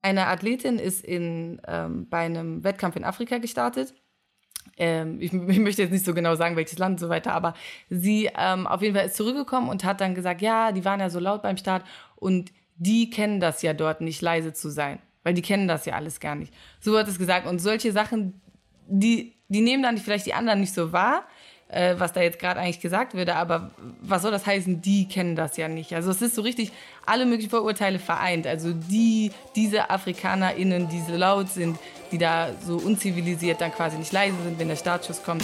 eine Athletin ist bei einem Wettkampf in Afrika gestartet. Ich möchte jetzt nicht so genau sagen, welches Land und so weiter, aber sie auf jeden Fall ist zurückgekommen und hat dann gesagt, ja, die waren ja so laut beim Start und die kennen das ja dort nicht, leise zu sein, weil die kennen das ja alles gar nicht. So hat es gesagt und solche Sachen, die nehmen dann vielleicht die anderen nicht so wahr, was da jetzt gerade eigentlich gesagt würde, aber was soll das heißen, die kennen das ja nicht. Also es ist so richtig alle möglichen Vorurteile vereint. Also diese AfrikanerInnen, die so laut sind, die da so unzivilisiert dann quasi nicht leise sind, wenn der Startschuss kommt.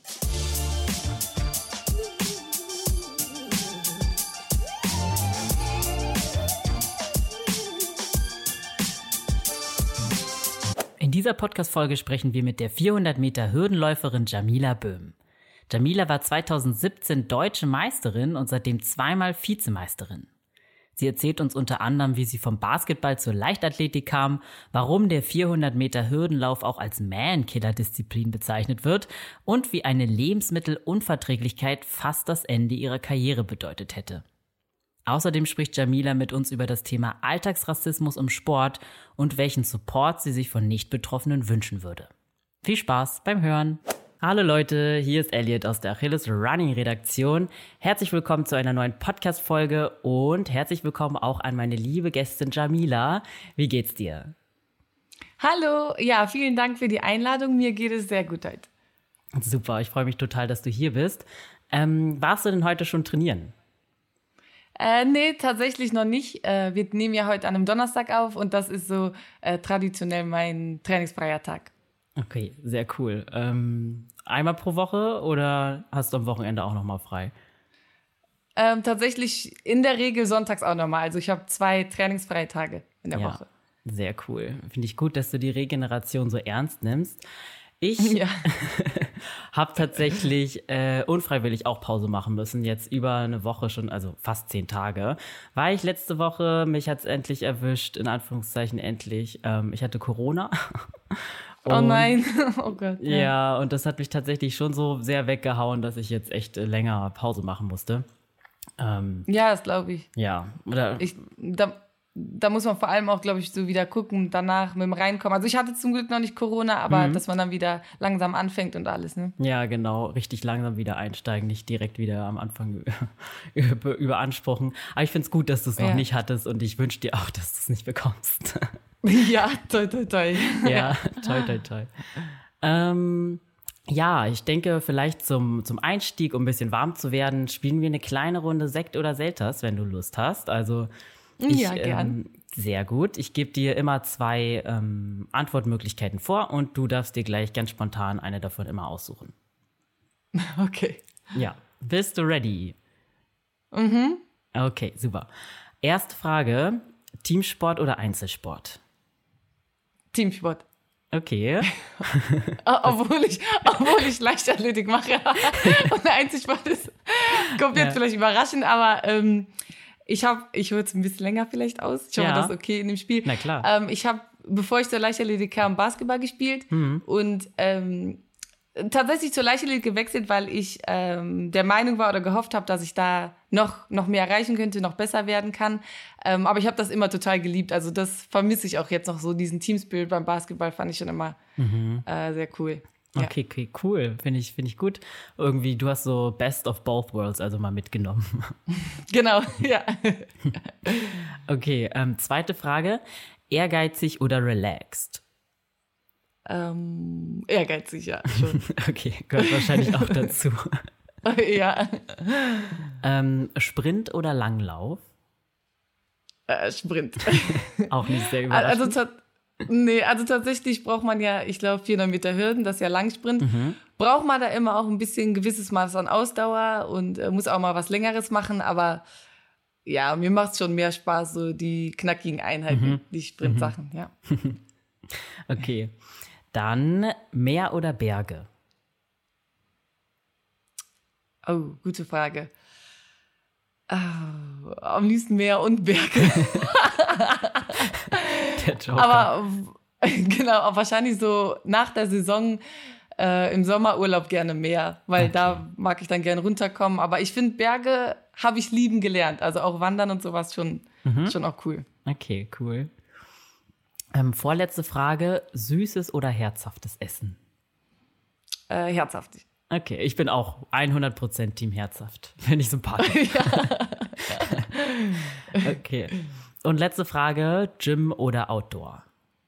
In dieser Podcast-Folge sprechen wir mit der 400-Meter-Hürdenläuferin Jamila Böhm. Jamila war 2017 deutsche Meisterin und seitdem zweimal Vizemeisterin. Sie erzählt uns unter anderem, wie sie vom Basketball zur Leichtathletik kam, warum der 400-Meter-Hürdenlauf auch als Man-Killer-Disziplin bezeichnet wird und wie eine Lebensmittelunverträglichkeit fast das Ende ihrer Karriere bedeutet hätte. Außerdem spricht Jamila mit uns über das Thema Alltagsrassismus im Sport und welchen Support sie sich von Nicht-Betroffenen wünschen würde. Viel Spaß beim Hören! Hallo Leute, hier ist Elliot aus der Achilles Running Redaktion. Herzlich willkommen zu einer neuen Podcast-Folge und herzlich willkommen auch an meine liebe Gästin Jamila. Wie geht's dir? Hallo, ja, vielen Dank für die Einladung. Mir geht es sehr gut heute. Super, ich freue mich total, dass du hier bist. Warst du denn heute schon trainieren? Nee, tatsächlich noch nicht. Wir nehmen ja heute an einem Donnerstag auf und das ist so traditionell mein trainingsfreier Tag. Okay, sehr cool. Einmal pro Woche oder hast du am Wochenende auch nochmal frei? Tatsächlich in der Regel sonntags auch nochmal. Also ich habe 2 trainingsfreie Tage in der Woche. Sehr cool. Finde ich gut, dass du die Regeneration so ernst nimmst. Ich habe tatsächlich unfreiwillig auch Pause machen müssen, jetzt über eine Woche schon, also fast 10 Tage. War ich letzte Woche, mich hat es endlich erwischt, in Anführungszeichen endlich. Ich hatte Corona. Oh nein, oh Gott. Ja, und das hat mich tatsächlich schon so sehr weggehauen, dass ich jetzt echt länger Pause machen musste. Ja, das glaube ich. Ja. Oder da muss man vor allem auch, glaube ich, so wieder gucken, danach mit dem Reinkommen. Also ich hatte zum Glück noch nicht Corona, aber dass man dann wieder langsam anfängt und alles, ne? Ja, genau. Richtig langsam wieder einsteigen, nicht direkt wieder am Anfang überanspruchen. Aber ich finde es gut, dass du es noch nicht hattest und ich wünsche dir auch, dass du es nicht bekommst. Ja, toi, toi, toi. Ja, toi, toi, toi. Ja, ich denke, vielleicht zum Einstieg, um ein bisschen warm zu werden, spielen wir eine kleine Runde Sekt oder Selters, wenn du Lust hast. Also ja, gern. Sehr gut. Ich gebe dir immer 2 Antwortmöglichkeiten vor und du darfst dir gleich ganz spontan eine davon immer aussuchen. Okay. Ja. Bist du ready? Mhm. Okay, super. Erste Frage, Teamsport oder Einzelsport? Teamsport. Okay. Obwohl ich Leichtathletik mache und Einzelsport ist, kommt jetzt vielleicht überraschend, aber ich hole jetzt ein bisschen länger vielleicht aus. Ich hoffe, das ist okay in dem Spiel. Na klar. Ich habe, bevor ich zur Leichtathletik kam, Basketball gespielt und tatsächlich zur Leichtathletik gewechselt, weil ich der Meinung war oder gehofft habe, dass ich da noch mehr erreichen könnte, noch besser werden kann. Aber ich habe das immer total geliebt. Also das vermisse ich auch jetzt noch so. Diesen Teamspirit beim Basketball fand ich schon immer sehr cool. Ja. Okay, cool. Finde ich gut. Irgendwie, du hast so Best of both worlds also mal mitgenommen. Genau, ja. Okay, zweite Frage. Ehrgeizig oder relaxed? Ehrgeizig, ja, schon. Okay, gehört wahrscheinlich auch dazu. Ja. Sprint oder Langlauf? Sprint. Auch nicht sehr überraschend. Also tatsächlich braucht man ja, ich glaube, 400 Meter Hürden, das ist ja Langsprint. Braucht man da immer auch ein bisschen ein gewisses Maß an Ausdauer und muss auch mal was Längeres machen. Aber ja, mir macht es schon mehr Spaß, so die knackigen Einheiten, die Sprintsachen, ja. Okay. Dann Meer oder Berge? Oh, gute Frage. Am liebsten Meer und Berge. Der Joker. Aber genau, wahrscheinlich so nach der Saison im Sommerurlaub gerne Meer, weil da mag ich dann gerne runterkommen. Aber ich finde, Berge habe ich lieben gelernt. Also auch Wandern und sowas schon auch cool. Okay, cool. Vorletzte Frage, süßes oder herzhaftes Essen? Herzhaftig. Okay, ich bin auch 100% Team herzhaft. Finde ich sympathisch. Ja. Okay. Und letzte Frage, Gym oder Outdoor?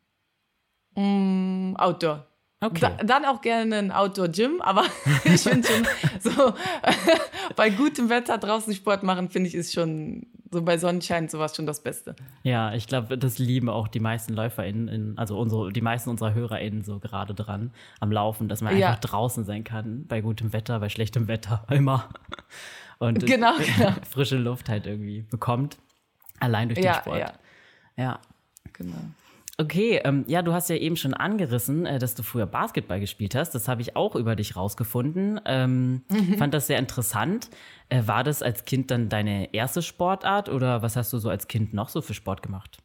Outdoor. Okay. Dann auch gerne ein Outdoor-Gym, aber ich finde schon so, bei gutem Wetter draußen Sport machen, finde ich, ist schon so bei Sonnenschein sowas schon das Beste. Ja, ich glaube, das lieben auch die meisten LäuferInnen, die meisten unserer HörerInnen so gerade dran am Laufen, dass man einfach draußen sein kann, bei gutem Wetter, bei schlechtem Wetter, immer. Und genau. frische Luft halt irgendwie bekommt, allein durch den Sport. Ja, genau. Okay, du hast ja eben schon angerissen, dass du früher Basketball gespielt hast. Das habe ich auch über dich rausgefunden. Fand das sehr interessant. War das als Kind dann deine erste Sportart oder was hast du so als Kind noch so für Sport gemacht?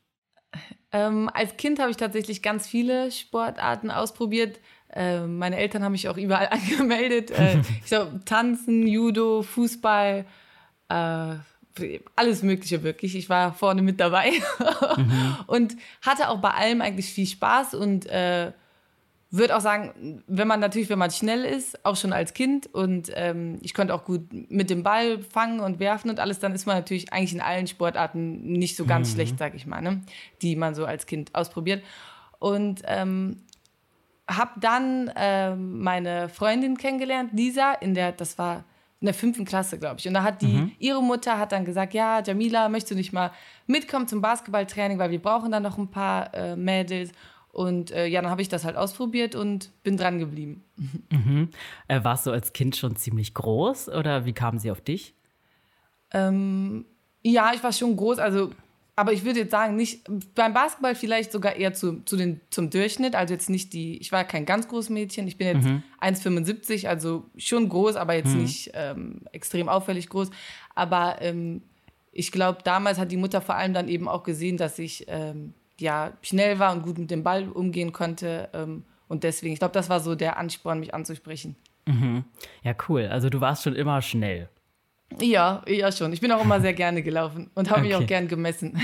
Als Kind habe ich tatsächlich ganz viele Sportarten ausprobiert. Meine Eltern haben mich auch überall angemeldet. Ich glaube, Tanzen, Judo, Fußball, alles Mögliche wirklich. Ich war vorne mit dabei und hatte auch bei allem eigentlich viel Spaß und würde auch sagen, wenn man schnell ist, auch schon als Kind und ich konnte auch gut mit dem Ball fangen und werfen und alles, dann ist man natürlich eigentlich in allen Sportarten nicht so ganz schlecht, sag ich mal, ne? Die man so als Kind ausprobiert. Und habe dann meine Freundin kennengelernt, Lisa, das war in der 5. Klasse, glaube ich. Und da hat ihre Mutter hat dann gesagt, ja, Jamila, möchtest du nicht mal mitkommen zum Basketballtraining, weil wir brauchen dann noch ein paar Mädels. Und dann habe ich das halt ausprobiert und bin dran geblieben. Warst du als Kind schon ziemlich groß oder wie kam sie auf dich? Ja, ich war schon groß, aber ich würde jetzt sagen, nicht beim Basketball vielleicht sogar eher zum Durchschnitt. Also jetzt nicht ich war kein ganz großes Mädchen. Ich bin jetzt 1,75, also schon groß, aber jetzt nicht extrem auffällig groß. Aber ich glaube, damals hat die Mutter vor allem dann eben auch gesehen, dass ich schnell war und gut mit dem Ball umgehen konnte. Und deswegen, ich glaube, das war so der Ansporn, mich anzusprechen. Ja, cool. Also du warst schon immer schnell. Ja, schon. Ich bin auch immer sehr gerne gelaufen und habe mich auch gern gemessen.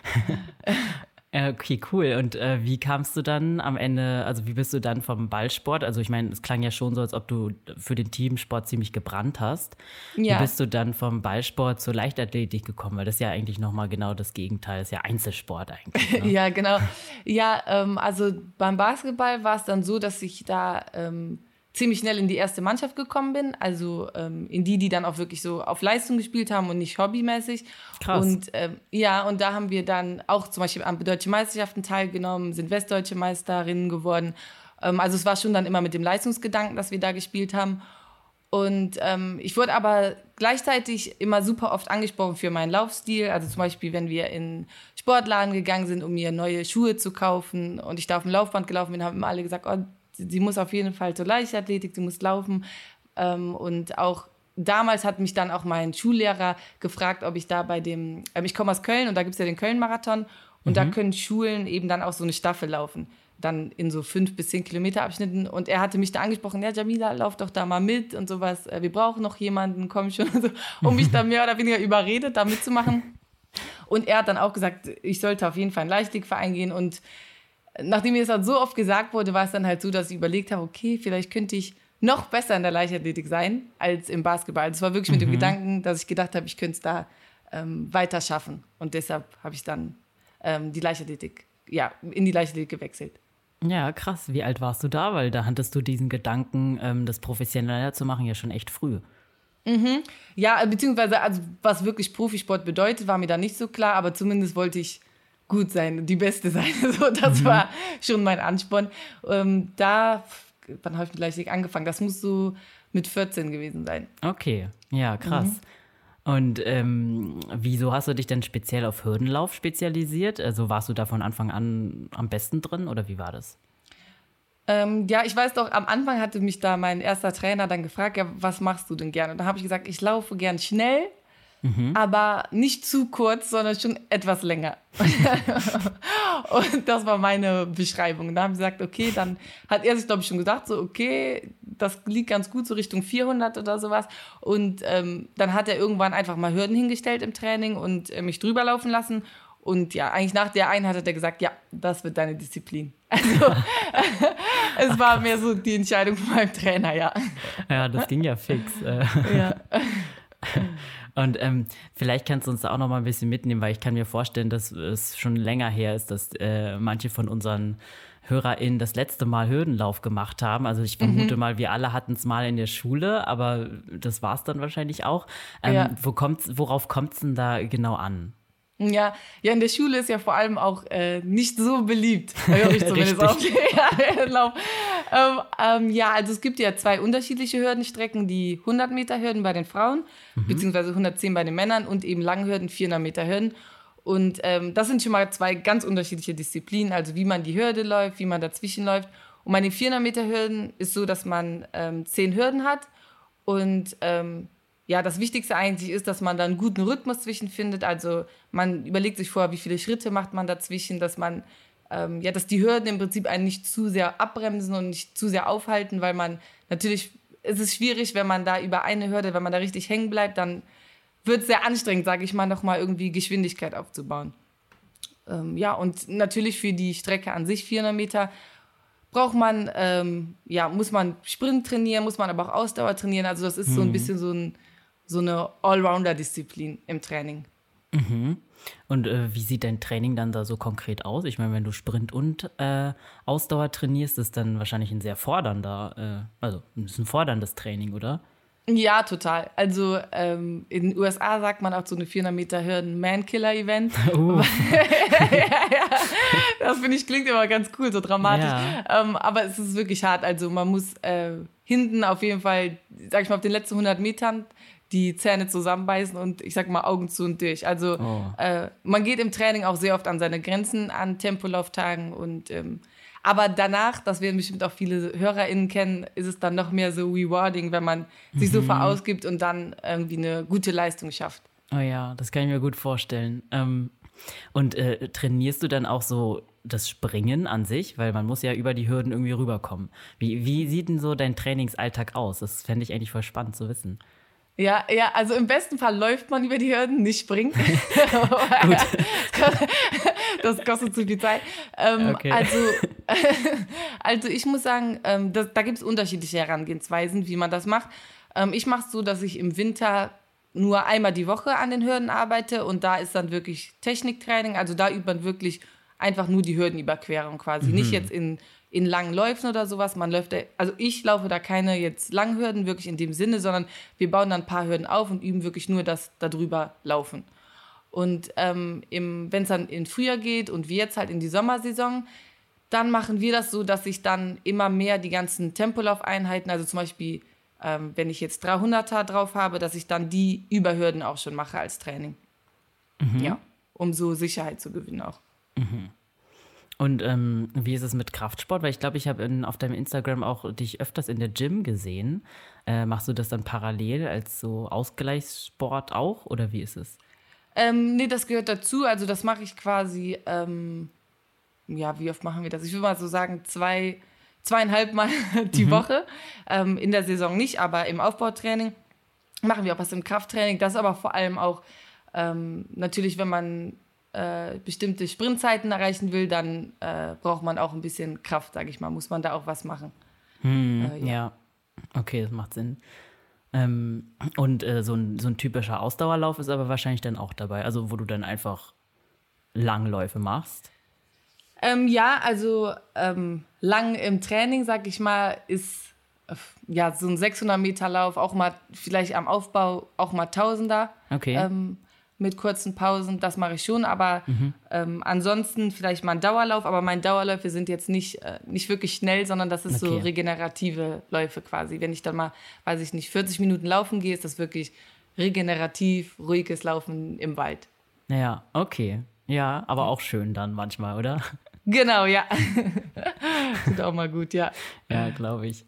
Okay, cool. Und wie kamst du dann am Ende, also wie bist du dann vom Ballsport, also ich meine, es klang ja schon so, als ob du für den Teamsport ziemlich gebrannt hast. Ja. Wie bist du dann vom Ballsport zur Leichtathletik gekommen? Weil das ist ja eigentlich nochmal genau das Gegenteil, das ist ja Einzelsport eigentlich. Ne? Ja, genau. Ja, also beim Basketball war es dann so, dass ich da ziemlich schnell in die erste Mannschaft gekommen bin, also in die dann auch wirklich so auf Leistung gespielt haben und nicht hobbymäßig. Krass. Und und da haben wir dann auch zum Beispiel an deutschen Meisterschaften teilgenommen, sind westdeutsche Meisterinnen geworden. Also es war schon dann immer mit dem Leistungsgedanken, dass wir da gespielt haben. Und ich wurde aber gleichzeitig immer super oft angesprochen für meinen Laufstil. Also zum Beispiel, wenn wir in Sportladen gegangen sind, um mir neue Schuhe zu kaufen und ich da auf dem Laufband gelaufen bin, haben immer alle gesagt, oh, sie muss auf jeden Fall zur Leichtathletik, sie muss laufen. Und auch damals hat mich dann auch mein Schullehrer gefragt, ob ich da bei dem, ich komme aus Köln und da gibt es ja den Köln-Marathon und da können Schulen eben dann auch so eine Staffel laufen, dann in so 5 bis 10 Kilometer Abschnitten. Und er hatte mich da angesprochen, ja, Jamila, lauf doch da mal mit und sowas, wir brauchen noch jemanden, komm schon, so, um mich dann mehr oder weniger überredet, da mitzumachen. Und er hat dann auch gesagt, ich sollte auf jeden Fall in einen Leichtathletikverein gehen und nachdem mir das dann so oft gesagt wurde, war es dann halt so, dass ich überlegt habe, okay, vielleicht könnte ich noch besser in der Leichtathletik sein als im Basketball. Das war wirklich mit dem Gedanken, dass ich gedacht habe, ich könnte es da weiter schaffen. Und deshalb habe ich dann in die Leichtathletik gewechselt. Ja, krass. Wie alt warst du da? Weil da hattest du diesen Gedanken, das professioneller zu machen, ja schon echt früh. Ja, beziehungsweise also, was wirklich Profisport bedeutet, war mir da nicht so klar, aber zumindest wollte ich gut sein, die Beste sein. So, das war schon mein Ansporn. Wann habe ich mit Leichtathletik angefangen? Das muss so mit 14 gewesen sein. Okay, ja, krass. Und wieso hast du dich denn speziell auf Hürdenlauf spezialisiert? Also warst du da von Anfang an am besten drin oder wie war das? Ja, ich weiß doch, am Anfang hatte mich da mein erster Trainer dann gefragt, ja, was machst du denn gerne? Und da habe ich gesagt, ich laufe gern schnell, aber nicht zu kurz, sondern schon etwas länger. Und das war meine Beschreibung. Und da haben sie gesagt, okay, dann hat er sich, glaube ich, schon gesagt, so, okay, das liegt ganz gut, so Richtung 400 oder sowas. Und dann hat er irgendwann einfach mal Hürden hingestellt im Training und mich drüber laufen lassen. Und ja, eigentlich nach der Einheit hat er gesagt, ja, das wird deine Disziplin. Also es war mehr so die Entscheidung von meinem Trainer, ja. Ja, das ging ja fix. Ja. Und vielleicht kannst du uns da auch noch mal ein bisschen mitnehmen, weil ich kann mir vorstellen, dass es schon länger her ist, dass manche von unseren HörerInnen das letzte Mal Hürdenlauf gemacht haben. Also ich vermute mal, wir alle hatten es mal in der Schule, aber das war es dann wahrscheinlich auch. Ja. Worauf kommt es denn da genau an? Ja, in der Schule ist ja vor allem auch nicht so beliebt. Höre ich zumindest auch. Hürdenlauf. Ja, also es gibt ja 2 unterschiedliche Hürdenstrecken, die 100 Meter Hürden bei den Frauen, beziehungsweise 110 bei den Männern und eben Langhürden, 400 Meter Hürden. Und das sind schon mal 2 ganz unterschiedliche Disziplinen, also wie man die Hürde läuft, wie man dazwischen läuft. Und bei den 400 Meter Hürden ist so, dass man 10 Hürden hat und ja, das Wichtigste eigentlich ist, dass man da einen guten Rhythmus zwischenfindet. Also man überlegt sich vorher, wie viele Schritte macht man dazwischen, dass man, dass die Hürden im Prinzip einen nicht zu sehr abbremsen und nicht zu sehr aufhalten, weil man natürlich, es ist schwierig, wenn man da über eine Hürde, wenn man da richtig hängen bleibt, dann wird es sehr anstrengend, sage ich mal, nochmal irgendwie Geschwindigkeit aufzubauen. Ja, und natürlich für die Strecke an sich, 400 Meter, braucht man, muss man Sprint trainieren, muss man aber auch Ausdauer trainieren. Also das ist so ein bisschen so eine Allrounder-Disziplin im Training. Und wie sieht dein Training dann da so konkret aus? Ich meine, wenn du Sprint und Ausdauer trainierst, ist dann wahrscheinlich ein sehr fordernder, das ist ein forderndes Training, oder? Ja, total. Also in den USA sagt man auch so eine 400 Meter Hürden Man-Killer-Event. Das finde ich klingt immer ganz cool, so dramatisch. Ja. Aber es ist wirklich hart. Also man muss hinten auf jeden Fall, sag ich mal, auf den letzten 100 Metern die Zähne zusammenbeißen und ich sag mal Augen zu und durch. Also man geht im Training auch sehr oft an seine Grenzen an Tempolauftagen und aber danach, das werden bestimmt auch viele HörerInnen kennen, ist es dann noch mehr so rewarding, wenn man sich so verausgibt und dann irgendwie eine gute Leistung schafft. Oh ja, das kann ich mir gut vorstellen. Und trainierst du dann auch so das Springen an sich? Weil man muss ja über die Hürden irgendwie rüberkommen. Wie sieht denn so dein Trainingsalltag aus? Das fände ich eigentlich voll spannend zu wissen. Ja, also im besten Fall läuft man über die Hürden, nicht springt. Das kostet zu viel Zeit. Okay. Also ich muss sagen, da gibt es unterschiedliche Herangehensweisen, wie man das macht. Ich mache es so, dass ich im Winter nur einmal die Woche an den Hürden arbeite und da ist dann wirklich Techniktraining. Also da übt man wirklich einfach nur die Hürdenüberquerung quasi. Nicht jetzt in langen Läufen oder sowas. Ich laufe da keine jetzt langen Hürden wirklich in dem Sinne, sondern wir bauen dann ein paar Hürden auf und üben wirklich nur das darüber laufen. Und wenn es dann in Frühjahr geht und wir jetzt halt in die Sommersaison, dann machen wir das so, dass ich dann immer mehr die ganzen Tempolaufeinheiten, also zum Beispiel, wenn ich jetzt 300er drauf habe, dass ich dann die Überhürden auch schon mache als Training. Ja, um so Sicherheit zu gewinnen auch. Und wie ist es mit Kraftsport? Weil ich glaube, ich habe auf deinem Instagram auch dich öfters in der Gym gesehen. Machst du das dann parallel als so Ausgleichssport auch oder wie ist es? Nee, das gehört dazu. Also das mache ich quasi, wie oft machen wir das? Ich würde mal so sagen, 2,5 Mal die Woche. In der Saison nicht, aber im Aufbautraining machen wir auch was im Krafttraining. Das ist aber vor allem auch natürlich, wenn man bestimmte Sprintzeiten erreichen will, dann braucht man auch ein bisschen Kraft, sage ich mal. Muss man da auch was machen. Ja, okay, das macht Sinn. Und so ein typischer Ausdauerlauf ist aber wahrscheinlich dann auch dabei, also wo du dann einfach Langläufe machst. Lang im Training, sag ich mal, ist so ein 600-Meter-Lauf, auch mal vielleicht am Aufbau auch mal Tausender. Okay. Mit kurzen Pausen, das mache ich schon, aber ansonsten vielleicht mal ein Dauerlauf, aber meine Dauerläufe sind jetzt nicht wirklich schnell, sondern das ist so regenerative Läufe quasi. Wenn ich dann mal, 40 Minuten laufen gehe, ist das wirklich regenerativ, ruhiges Laufen im Wald. Ja, okay. Ja, aber auch schön dann manchmal, oder? Genau, ja. Tut auch mal gut, ja. Ja, glaube ich.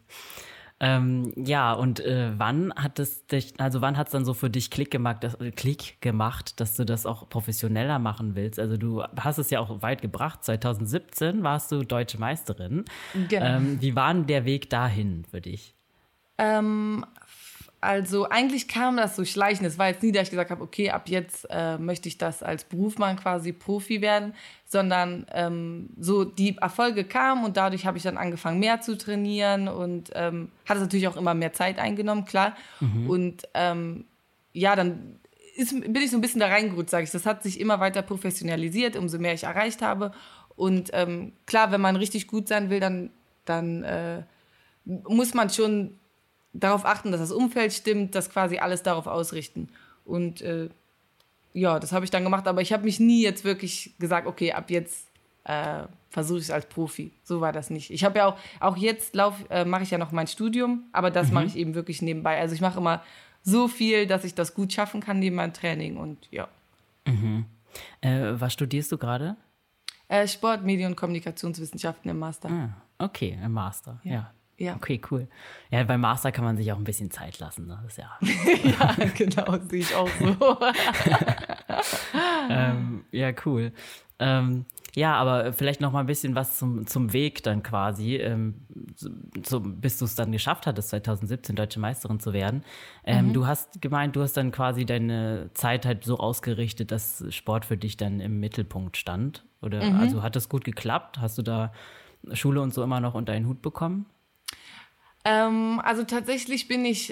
Wann hat es dann so für dich Klick gemacht, dass du das auch professioneller machen willst? Also du hast es ja auch weit gebracht. 2017 warst du Deutsche Meisterin. Genau. Wie war denn der Weg dahin für dich? Also eigentlich kam das so schleichend. Es war jetzt nie, dass ich gesagt habe, okay, ab jetzt möchte ich das als Beruf machen, quasi Profi werden, sondern so die Erfolge kamen und dadurch habe ich dann angefangen, mehr zu trainieren und hat es natürlich auch immer mehr Zeit eingenommen, klar. Und ja, dann bin ich so ein bisschen da reingerutscht, sage ich. Das hat sich immer weiter professionalisiert, umso mehr ich erreicht habe. Und klar, wenn man richtig gut sein will, dann muss man schon darauf achten, dass das Umfeld stimmt, dass quasi alles darauf ausrichten. Und ja, das habe ich dann gemacht, aber ich habe mich nie jetzt wirklich gesagt, okay, ab jetzt versuche ich es als Profi. So war das nicht. Ich habe ja auch jetzt mache ich ja noch mein Studium, aber das mache ich eben wirklich nebenbei. Also ich mache immer so viel, dass ich das gut schaffen kann neben meinem Training und ja. Was studierst du gerade? Sport, Medien- und Kommunikationswissenschaften im Master. Okay, im Master, ja. Ja. Okay, cool. Ja, beim Master kann man sich auch ein bisschen Zeit lassen. Ne? Das ist ja. Ja, genau, sehe ich auch so. Ja, cool. Ja, aber vielleicht noch mal ein bisschen was zum Weg dann quasi, bis du es dann geschafft hattest, 2017 Deutsche Meisterin zu werden. Du hast gemeint, du hast dann quasi deine Zeit halt so ausgerichtet, dass Sport für dich dann im Mittelpunkt stand. Oder also hat das gut geklappt? Hast du da Schule und so immer noch unter einen Hut bekommen? Also tatsächlich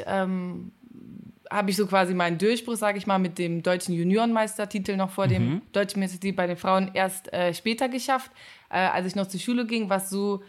habe ich so quasi meinen Durchbruch, sage ich mal, mit dem deutschen Juniorenmeistertitel noch vor dem deutschen Meistertitel bei den Frauen erst später geschafft. Als ich noch zur Schule ging, war es so,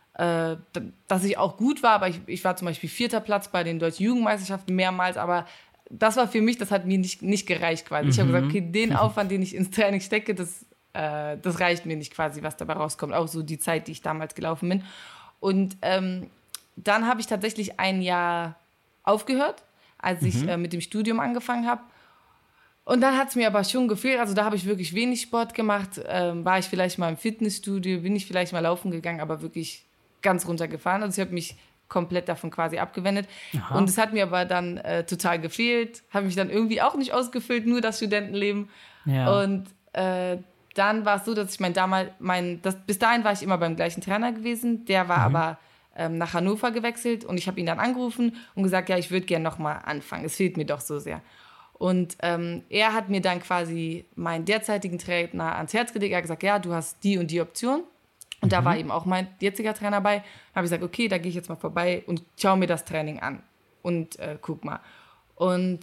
dass ich auch gut war, aber ich war zum Beispiel 4. Platz bei den deutschen Jugendmeisterschaften mehrmals, aber das war für mich, das hat mir nicht gereicht quasi. Ich habe gesagt, okay, den Aufwand, den ich ins Training stecke, das reicht mir nicht quasi, was dabei rauskommt. Auch so die Zeit, die ich damals gelaufen bin. Und dann habe ich tatsächlich ein Jahr aufgehört, als ich mit dem Studium angefangen habe. Und dann hat es mir aber schon gefehlt. Also da habe ich wirklich wenig Sport gemacht. War ich vielleicht mal im Fitnessstudio, bin ich vielleicht mal laufen gegangen, aber wirklich ganz runtergefahren. Also ich habe mich komplett davon quasi abgewendet. Aha. Und es hat mir aber dann total gefehlt. Habe mich dann irgendwie auch nicht ausgefüllt, nur das Studentenleben. Ja. Und dann war es so, dass ich bis dahin war ich immer beim gleichen Trainer gewesen. Der war aber nach Hannover gewechselt und ich habe ihn dann angerufen und gesagt, ja, ich würde gerne nochmal anfangen. Es fehlt mir doch so sehr. Und er hat mir dann quasi meinen derzeitigen Trainer ans Herz gelegt. Er hat gesagt, ja, du hast die und die Option. Und da war eben auch mein jetziger Trainer bei. Da habe ich gesagt, okay, da gehe ich jetzt mal vorbei und schaue mir das Training an und guck mal. Und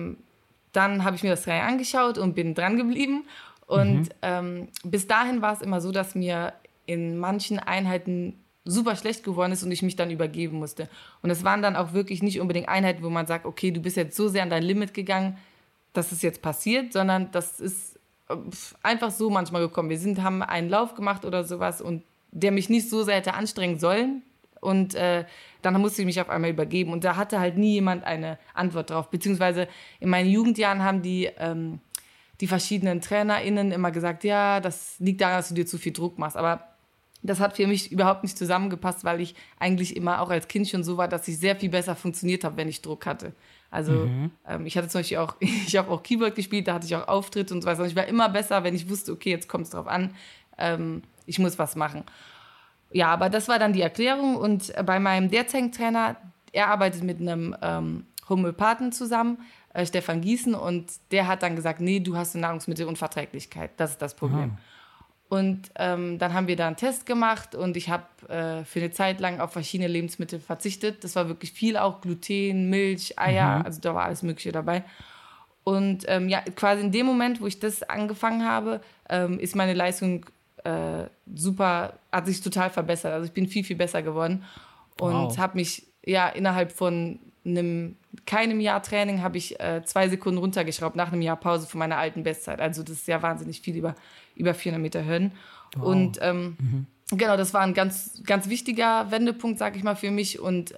dann habe ich mir das Training angeschaut und bin dran geblieben. Und bis dahin war es immer so, dass mir in manchen Einheiten super schlecht geworden ist und ich mich dann übergeben musste. Und es waren dann auch wirklich nicht unbedingt Einheiten, wo man sagt, okay, du bist jetzt so sehr an dein Limit gegangen, dass es jetzt passiert, sondern das ist einfach so manchmal gekommen. Wir haben einen Lauf gemacht oder sowas und der mich nicht so sehr hätte anstrengen sollen und dann musste ich mich auf einmal übergeben und da hatte halt nie jemand eine Antwort drauf. Beziehungsweise in meinen Jugendjahren haben die verschiedenen TrainerInnen immer gesagt, ja, das liegt daran, dass du dir zu viel Druck machst, aber das hat für mich überhaupt nicht zusammengepasst, weil ich eigentlich immer auch als Kind schon so war, dass ich sehr viel besser funktioniert habe, wenn ich Druck hatte. Also ich hatte zum Beispiel ich habe auch Keyboard gespielt, da hatte ich auch Auftritte und so weiter. Und ich war immer besser, wenn ich wusste, okay, jetzt kommt es drauf an, ich muss was machen. Ja, aber das war dann die Erklärung. Und bei meinem derzeitigen Trainer, er arbeitet mit einem Homöopathen zusammen, Stefan Gießen, und der hat dann gesagt, nee, du hast eine Nahrungsmittelunverträglichkeit, das ist das Problem. Und dann haben wir da einen Test gemacht und ich habe für eine Zeit lang auf verschiedene Lebensmittel verzichtet. Das war wirklich viel, auch Gluten, Milch, Eier, also da war alles Mögliche dabei. Und ja, quasi in dem Moment, wo ich das angefangen habe, ist meine Leistung hat sich total verbessert. Also ich bin viel, viel besser geworden und habe mich innerhalb von keinem Jahr Training habe ich 2 Sekunden runtergeschraubt nach einem Jahr Pause von meiner alten Bestzeit. Also das ist ja wahnsinnig viel, über 400 Meter Hürden. Wow. Und genau, das war ein ganz, ganz wichtiger Wendepunkt, sag ich mal, für mich. Und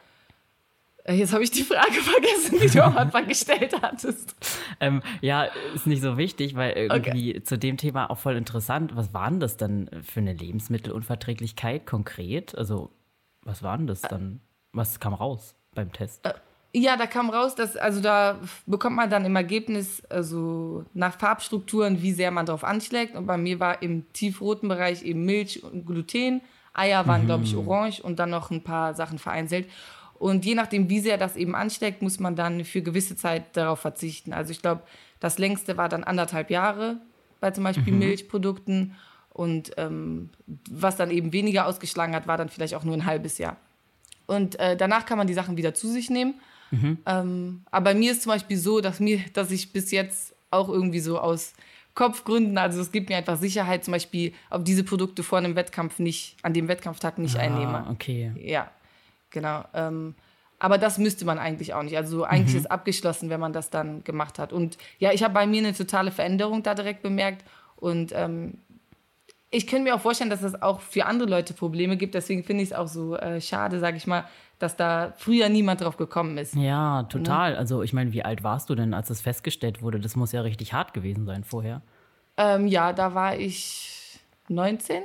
jetzt habe ich die Frage vergessen, die du am Anfang gestellt hattest. Ja, ist nicht so wichtig, weil irgendwie zu dem Thema auch voll interessant. Was war denn das dann für eine Lebensmittelunverträglichkeit konkret? Also was war denn das dann? Was kam raus beim Test? Ja, da kam raus, da bekommt man dann im Ergebnis nach Farbstrukturen, wie sehr man drauf anschlägt. Und bei mir war im tiefroten Bereich eben Milch und Gluten. Eier waren, glaube ich, orange und dann noch ein paar Sachen vereinzelt. Und je nachdem, wie sehr das eben ansteckt, muss man dann für gewisse Zeit darauf verzichten. Also ich glaube, das längste war dann 1,5 Jahre bei zum Beispiel Milchprodukten. Und was dann eben weniger ausgeschlagen hat, war dann vielleicht auch nur ein halbes Jahr. Und danach kann man die Sachen wieder zu sich nehmen. Aber bei mir ist zum Beispiel so, dass ich bis jetzt auch irgendwie so aus Kopfgründen, also es gibt mir einfach Sicherheit, zum Beispiel, ob diese Produkte vor einem Wettkampf an dem Wettkampftag nicht einnehme. Okay. Ja, genau. Aber das müsste man eigentlich auch nicht. Also eigentlich ist abgeschlossen, wenn man das dann gemacht hat. Und ja, ich habe bei mir eine totale Veränderung da direkt bemerkt. Und ich könnte mir auch vorstellen, dass es auch für andere Leute Probleme gibt. Deswegen finde ich es auch so schade, sage ich mal, dass da früher niemand drauf gekommen ist. Ja, total. Also ich meine, wie alt warst du denn, als das festgestellt wurde? Das muss ja richtig hart gewesen sein vorher. Ja, da war ich 19.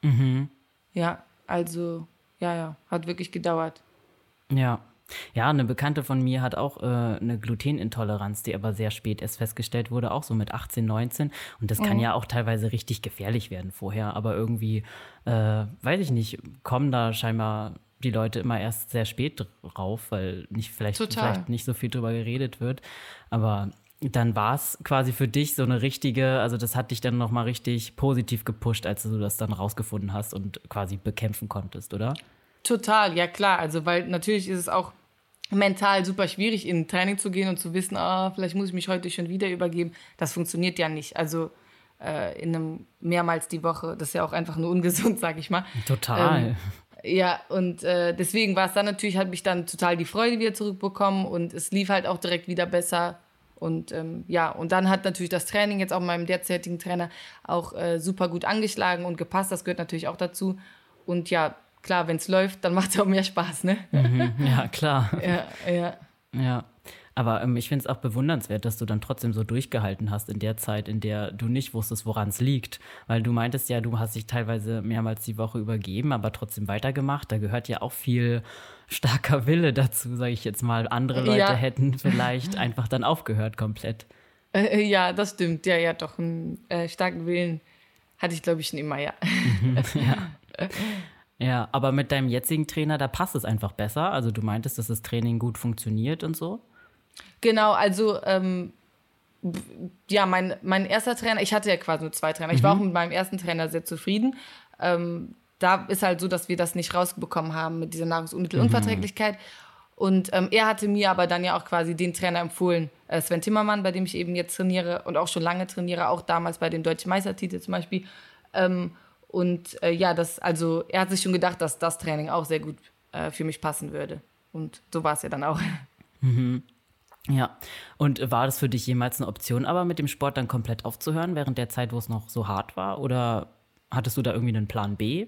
Ja, also ja, hat wirklich gedauert. Ja. Ja, eine Bekannte von mir hat auch eine Glutenintoleranz, die aber sehr spät erst festgestellt wurde, auch so mit 18, 19. Und das kann ja auch teilweise richtig gefährlich werden vorher. Aber irgendwie, weiß ich nicht, kommen da scheinbar die Leute immer erst sehr spät drauf, weil vielleicht nicht so viel drüber geredet wird. Aber dann war es quasi für dich so eine richtige, also das hat dich dann nochmal richtig positiv gepusht, als du das dann rausgefunden hast und quasi bekämpfen konntest, oder? Total, ja klar. Also weil natürlich ist es auch mental super schwierig, in ein Training zu gehen und zu wissen, vielleicht muss ich mich heute schon wieder übergeben. Das funktioniert ja nicht. Also in einem mehrmals die Woche, das ist ja auch einfach nur ungesund, sag ich mal. Total. Ja, und deswegen war es dann natürlich, habe ich dann total die Freude wieder zurückbekommen und es lief halt auch direkt wieder besser. Und und dann hat natürlich das Training jetzt auch meinem derzeitigen Trainer auch super gut angeschlagen und gepasst. Das gehört natürlich auch dazu. Und ja, klar, wenn es läuft, dann macht es auch mehr Spaß, ne? Ja, klar. Ja. Aber ich finde es auch bewundernswert, dass du dann trotzdem so durchgehalten hast in der Zeit, in der du nicht wusstest, woran es liegt. Weil du meintest ja, du hast dich teilweise mehrmals die Woche übergeben, aber trotzdem weitergemacht. Da gehört ja auch viel starker Wille dazu, sage ich jetzt mal. Andere Leute hätten vielleicht einfach dann aufgehört komplett. Ja, das stimmt. Ja, doch. Einen starken Willen hatte ich, glaube ich, schon immer, ja. Ja, aber mit deinem jetzigen Trainer, da passt es einfach besser. Also du meintest, dass das Training gut funktioniert und so? Genau, also mein erster Trainer, ich hatte ja quasi nur 2 Trainer. Ich war auch mit meinem ersten Trainer sehr zufrieden. Da ist halt so, dass wir das nicht rausbekommen haben mit dieser Nahrungsmittelunverträglichkeit. Und er hatte mir aber dann ja auch quasi den Trainer empfohlen, Sven Timmermann, bei dem ich eben jetzt trainiere und auch schon lange trainiere, auch damals bei dem Deutschen Meistertitel zum Beispiel. Er hat sich schon gedacht, dass das Training auch sehr gut für mich passen würde. Und so war es ja dann auch. Ja, und war das für dich jemals eine Option, aber mit dem Sport dann komplett aufzuhören, während der Zeit, wo es noch so hart war? Oder hattest du da irgendwie einen Plan B?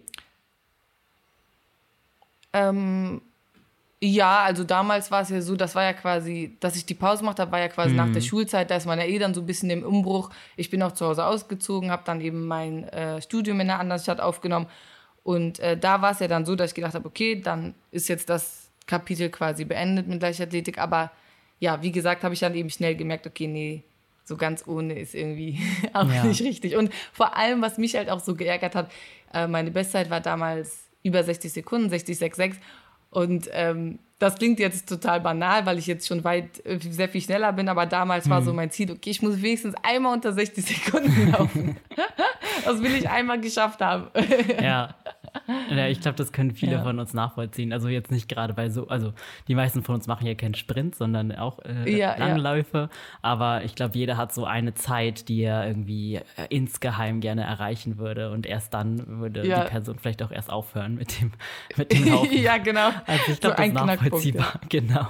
Ja, also damals war es ja so, das war ja quasi, dass ich die Pause gemacht habe, war ja quasi nach der Schulzeit, da ist man ja dann so ein bisschen im Umbruch. Ich bin auch zu Hause ausgezogen, habe dann eben mein Studium in einer anderen Stadt aufgenommen und da war es ja dann so, dass ich gedacht habe, okay, dann ist jetzt das Kapitel quasi beendet mit Leichtathletik, aber ja, wie gesagt, habe ich dann eben schnell gemerkt, okay, nee, so ganz ohne ist irgendwie auch nicht richtig. Und vor allem, was mich halt auch so geärgert hat, meine Bestzeit war damals über 60 Sekunden, 60,66. Und das klingt jetzt total banal, weil ich jetzt schon sehr viel schneller bin, aber damals war so mein Ziel, okay, ich muss wenigstens einmal unter 60 Sekunden laufen. Das will ich einmal geschafft haben. Ja, ich glaube, das können viele von uns nachvollziehen. Also jetzt nicht gerade also die meisten von uns machen ja keinen Sprint, sondern auch Langläufe. Aber ich glaube, jeder hat so eine Zeit, die er irgendwie insgeheim gerne erreichen würde. Und erst dann würde die Person vielleicht auch erst aufhören mit dem Laufen. Ja, genau. Also ich glaube, das ist nachvollziehbar. Genau.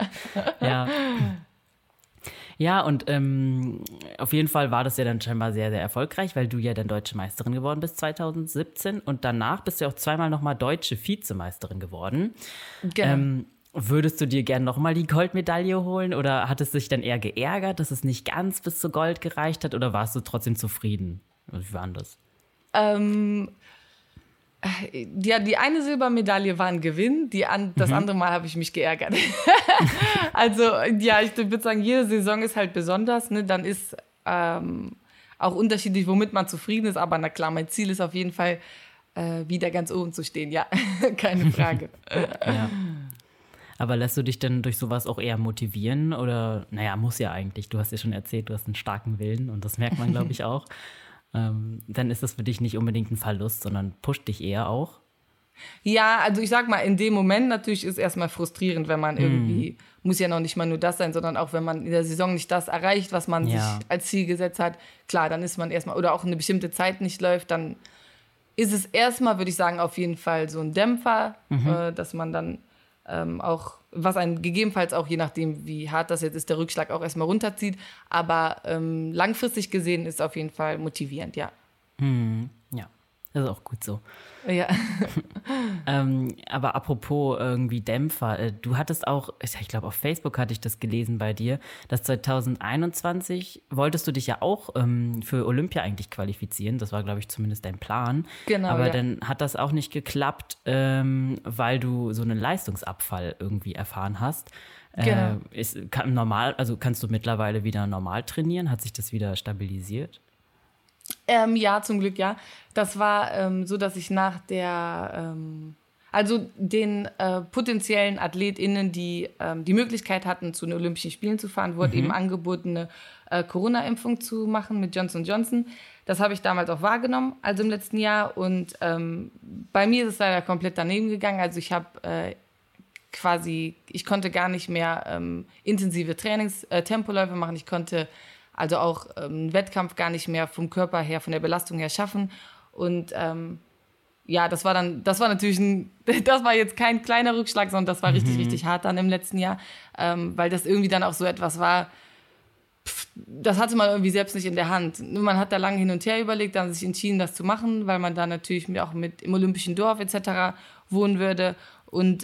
Ja, und auf jeden Fall war das ja dann scheinbar sehr, sehr erfolgreich, weil du ja dann Deutsche Meisterin geworden bist 2017 und danach bist du auch zweimal nochmal Deutsche Vizemeisterin geworden. Genau. Würdest du dir gerne nochmal die Goldmedaille holen oder hat es dich dann eher geärgert, dass es nicht ganz bis zu Gold gereicht hat oder warst du trotzdem zufrieden? Wie war denn das? Ja, die eine Silbermedaille war ein Gewinn, das andere Mal habe ich mich geärgert. Also, ja, ich würde sagen, jede Saison ist halt besonders, ne? Dann ist auch unterschiedlich, womit man zufrieden ist, aber na klar, mein Ziel ist auf jeden Fall, wieder ganz oben zu stehen, ja, keine Frage. Ja. Aber lässt du dich denn durch sowas auch eher motivieren? Oder, naja, muss ja eigentlich. Du hast ja schon erzählt, du hast einen starken Willen und das merkt man, glaube ich, auch. Dann ist das für dich nicht unbedingt ein Verlust, sondern pusht dich eher auch. Ja, also ich sag mal, in dem Moment natürlich ist es erstmal frustrierend, wenn man irgendwie, muss ja noch nicht mal nur das sein, sondern auch wenn man in der Saison nicht das erreicht, was man sich als Ziel gesetzt hat. Klar, dann ist man erstmal, oder auch eine bestimmte Zeit nicht läuft, dann ist es erstmal, würde ich sagen, auf jeden Fall so ein Dämpfer, dass man dann auch, was einen gegebenenfalls auch, je nachdem, wie hart das jetzt ist, der Rückschlag auch erstmal runterzieht. Aber langfristig gesehen ist es auf jeden Fall motivierend, ja. Ja, das ist auch gut so. Ja. Aber apropos irgendwie Dämpfer, du hattest auch, ich glaube auf Facebook hatte ich das gelesen bei dir, dass 2021 wolltest du dich ja auch für Olympia eigentlich qualifizieren, das war glaube ich zumindest dein Plan, Genau, aber ja. dann hat das auch nicht geklappt, weil du so einen Leistungsabfall irgendwie erfahren hast. Genau. Kannst du mittlerweile wieder normal trainieren? Hat sich das wieder stabilisiert? Ja, zum Glück, ja. Das war so, dass ich nach der, also den potenziellen AthletInnen, die die Möglichkeit hatten, zu den Olympischen Spielen zu fahren, wurde eben angeboten, eine Corona-Impfung zu machen mit Johnson & Johnson. Das habe ich damals auch wahrgenommen, also im letzten Jahr. Und bei mir ist es leider komplett daneben gegangen. Also ich habe ich konnte gar nicht mehr intensive Tempoläufe machen. Ich konnte also auch einen Wettkampf gar nicht mehr vom Körper her, von der Belastung her schaffen. Und das war natürlich das war jetzt kein kleiner Rückschlag, sondern das war richtig, richtig hart dann im letzten Jahr, weil das irgendwie dann auch so etwas war, das hatte man irgendwie selbst nicht in der Hand. Man hat da lange hin und her überlegt, dann sich entschieden, das zu machen, weil man da natürlich auch mit im Olympischen Dorf etc. wohnen würde. Und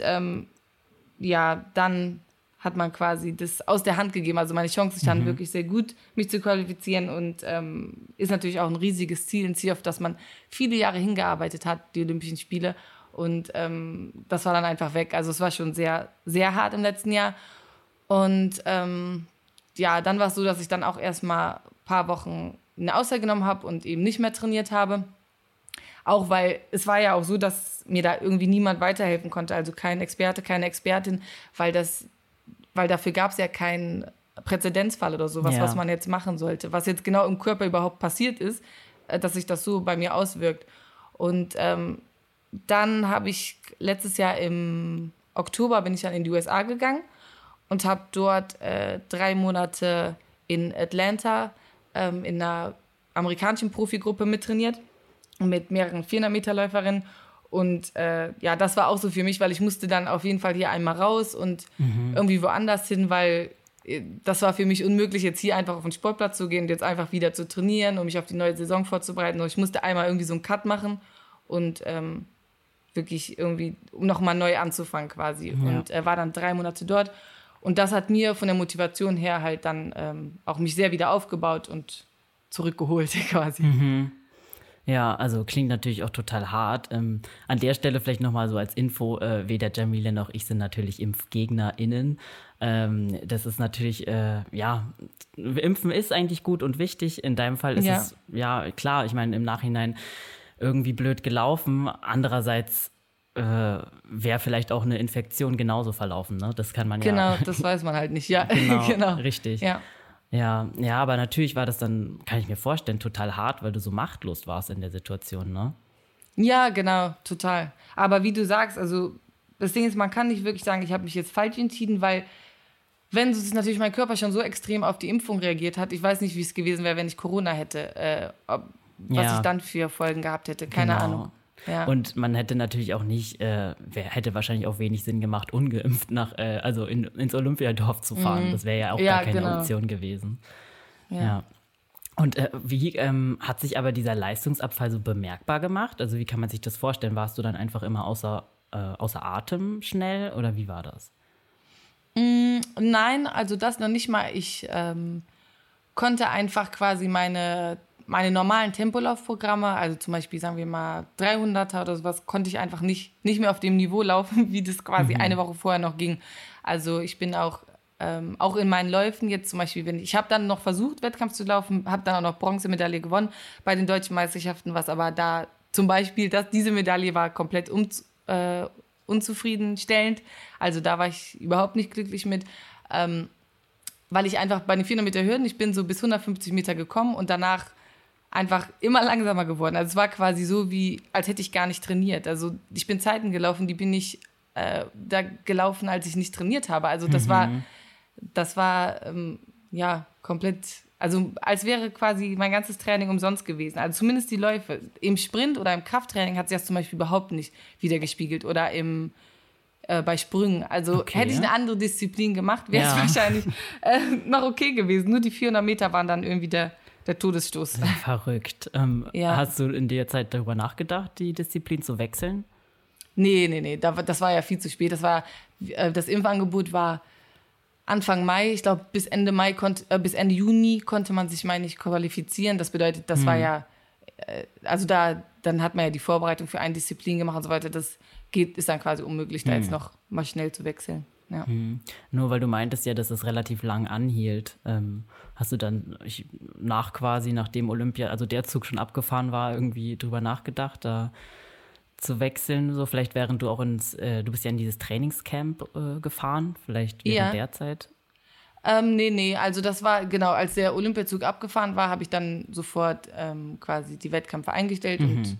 dann hat man quasi das aus der Hand gegeben. Also meine Chancen standen wirklich sehr gut, mich zu qualifizieren und ist natürlich auch ein riesiges Ziel, ein Ziel, auf das man viele Jahre hingearbeitet hat, die Olympischen Spiele. Und das war dann einfach weg. Also es war schon sehr, sehr hart im letzten Jahr. Und dann war es so, dass ich dann auch erstmal ein paar Wochen eine Auszeit genommen habe und eben nicht mehr trainiert habe. Auch weil es war ja auch so, dass mir da irgendwie niemand weiterhelfen konnte. Also kein Experte, keine Expertin, weil dafür gab es ja keinen Präzedenzfall oder sowas, was man jetzt machen sollte. Was jetzt genau im Körper überhaupt passiert ist, dass sich das so bei mir auswirkt. Und dann habe ich letztes Jahr im Oktober bin ich dann in die USA gegangen und habe dort 3 Monate in Atlanta in einer amerikanischen Profigruppe mittrainiert mit mehreren 400-Meter-Läuferinnen. Und das war auch so für mich, weil ich musste dann auf jeden Fall hier einmal raus und irgendwie woanders hin, weil das war für mich unmöglich, jetzt hier einfach auf den Sportplatz zu gehen und jetzt einfach wieder zu trainieren, um mich auf die neue Saison vorzubereiten. Und ich musste einmal irgendwie so einen Cut machen und wirklich irgendwie, um nochmal neu anzufangen quasi. Ja. Und war dann 3 Monate dort. Und das hat mir von der Motivation her halt dann auch mich sehr wieder aufgebaut und zurückgeholt quasi. Ja, also klingt natürlich auch total hart. An der Stelle vielleicht nochmal so als Info, weder Jamilah noch ich sind natürlich ImpfgegnerInnen. Das ist natürlich, Impfen ist eigentlich gut und wichtig. In deinem Fall ist es, ja klar, ich meine im Nachhinein irgendwie blöd gelaufen. Andererseits wäre vielleicht auch eine Infektion genauso verlaufen, ne? Das kann man Genau, das weiß man halt nicht, ja. Genau, richtig. Ja. Ja, aber natürlich war das dann, kann ich mir vorstellen, total hart, weil du so machtlos warst in der Situation, ne? Ja, genau, total. Aber wie du sagst, also das Ding ist, man kann nicht wirklich sagen, ich habe mich jetzt falsch entschieden, weil wenn es natürlich mein Körper schon so extrem auf die Impfung reagiert hat, ich weiß nicht, wie es gewesen wäre, wenn ich Corona hätte, was ich dann für Folgen gehabt hätte, keine Ahnung. Ja. Und man hätte natürlich auch nicht, hätte wahrscheinlich auch wenig Sinn gemacht, ungeimpft ins Olympiadorf zu fahren. Das wäre ja auch gar keine Option gewesen. Ja. Und wie hat sich aber dieser Leistungsabfall so bemerkbar gemacht? Also wie kann man sich das vorstellen? Warst du dann einfach immer außer Atem schnell oder wie war das? Nein, also das noch nicht mal. Ich konnte einfach quasi meine normalen Tempolaufprogramme, also zum Beispiel, sagen wir mal, 300er oder sowas, konnte ich einfach nicht mehr auf dem Niveau laufen, wie das quasi eine Woche vorher noch ging. Also ich bin auch in meinen Läufen jetzt zum Beispiel, ich habe dann noch versucht, Wettkampf zu laufen, habe dann auch noch Bronzemedaille gewonnen bei den deutschen Meisterschaften, was aber da zum Beispiel, diese Medaille war komplett unzufriedenstellend. Also da war ich überhaupt nicht glücklich mit, weil ich einfach bei den 400 Meter Hürden, ich bin so bis 150 Meter gekommen und danach einfach immer langsamer geworden. Also es war quasi so, wie als hätte ich gar nicht trainiert. Also ich bin Zeiten gelaufen, die bin ich da gelaufen, als ich nicht trainiert habe. Also das war ja komplett, also als wäre quasi mein ganzes Training umsonst gewesen. Also zumindest die Läufe. Im Sprint oder im Krafttraining hat sich das zum Beispiel überhaupt nicht wiedergespiegelt oder bei Sprüngen. Also hätte ich eine andere Disziplin gemacht, wäre es wahrscheinlich noch okay gewesen. Nur die 400 Meter waren dann irgendwie der Todesstoß. Verrückt. Hast du in der Zeit darüber nachgedacht, die Disziplin zu wechseln? Nee. Das war ja viel zu spät. Das Impfangebot war Anfang Mai. Ich glaube, bis Ende Juni konnte man sich, meine ich, qualifizieren. Das bedeutet, das war ja, also dann hat man ja die Vorbereitung für eine Disziplin gemacht und so weiter. Das ist dann quasi unmöglich, da jetzt noch mal schnell zu wechseln. Ja. Nur weil du meintest ja, dass es relativ lang anhielt, hast du dann nachdem Olympia, also der Zug schon abgefahren war, irgendwie drüber nachgedacht, da zu wechseln, so vielleicht während du auch du bist ja in dieses Trainingscamp gefahren, vielleicht während der Zeit? Nee, also das war, genau, als der Olympiazug abgefahren war, habe ich dann sofort quasi die Wettkämpfe eingestellt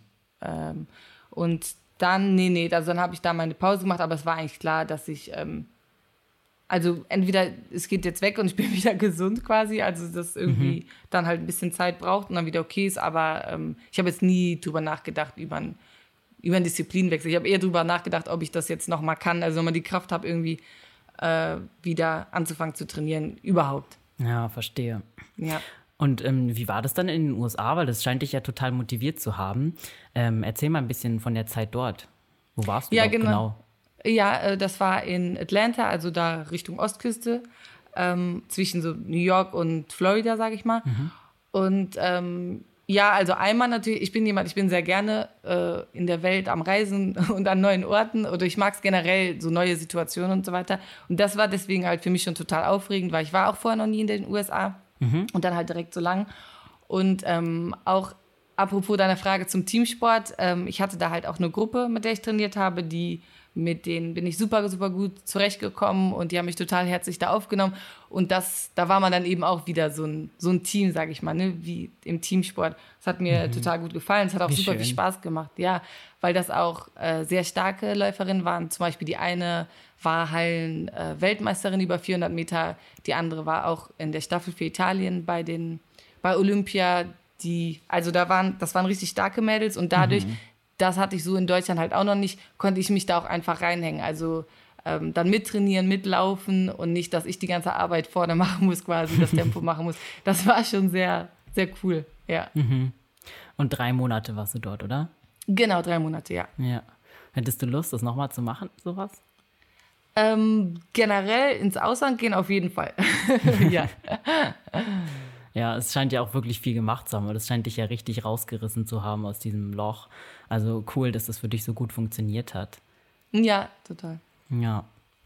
und dann, also dann habe ich da meine Pause gemacht, aber es war eigentlich klar, dass ich, also entweder es geht jetzt weg und ich bin wieder gesund quasi, also das irgendwie dann halt ein bisschen Zeit braucht und dann wieder okay ist, aber ich habe jetzt nie drüber nachgedacht über einen Disziplinwechsel. Ich habe eher drüber nachgedacht, ob ich das jetzt nochmal kann, also wenn man die Kraft habe, irgendwie wieder anzufangen zu trainieren, überhaupt. Ja, verstehe. Ja. Und wie war das dann in den USA? Weil das scheint dich ja total motiviert zu haben. Erzähl mal ein bisschen von der Zeit dort. Wo warst du genau? Ja, das war in Atlanta, also da Richtung Ostküste, zwischen so New York und Florida, sage ich mal. Und also einmal natürlich, ich bin sehr gerne in der Welt am Reisen und an neuen Orten oder ich mag es generell, so neue Situationen und so weiter. Und das war deswegen halt für mich schon total aufregend, weil ich war auch vorher noch nie in den USA und dann halt direkt so lang. Und auch apropos deiner Frage zum Teamsport, ich hatte da halt auch eine Gruppe, mit der ich trainiert habe, mit denen bin ich super, super gut zurechtgekommen und die haben mich total herzlich da aufgenommen. Und da war man dann eben auch wieder so ein Team, sage ich mal, ne, wie im Teamsport. Das hat mir total gut gefallen. Es hat auch super viel Spaß gemacht, ja, weil das auch sehr starke Läuferinnen waren. Zum Beispiel die eine war Hallen-Weltmeisterin über 400 Meter, die andere war auch in der Staffel für Italien bei Olympia. Das waren richtig starke Mädels und dadurch, das hatte ich so in Deutschland halt auch noch nicht, konnte ich mich da auch einfach reinhängen. Also dann mittrainieren, mitlaufen und nicht, dass ich die ganze Arbeit vorne machen muss, quasi das Tempo machen muss. Das war schon sehr, sehr cool, ja. Und 3 Monate warst du dort, oder? Genau, 3 Monate, ja. Ja. Hättest du Lust, das nochmal zu machen, sowas? Generell ins Ausland gehen auf jeden Fall, ja. Ja, es scheint ja auch wirklich viel gemacht zu haben, weil es scheint dich ja richtig rausgerissen zu haben aus diesem Loch. Also cool, dass das für dich so gut funktioniert hat. Ja, total. Ja.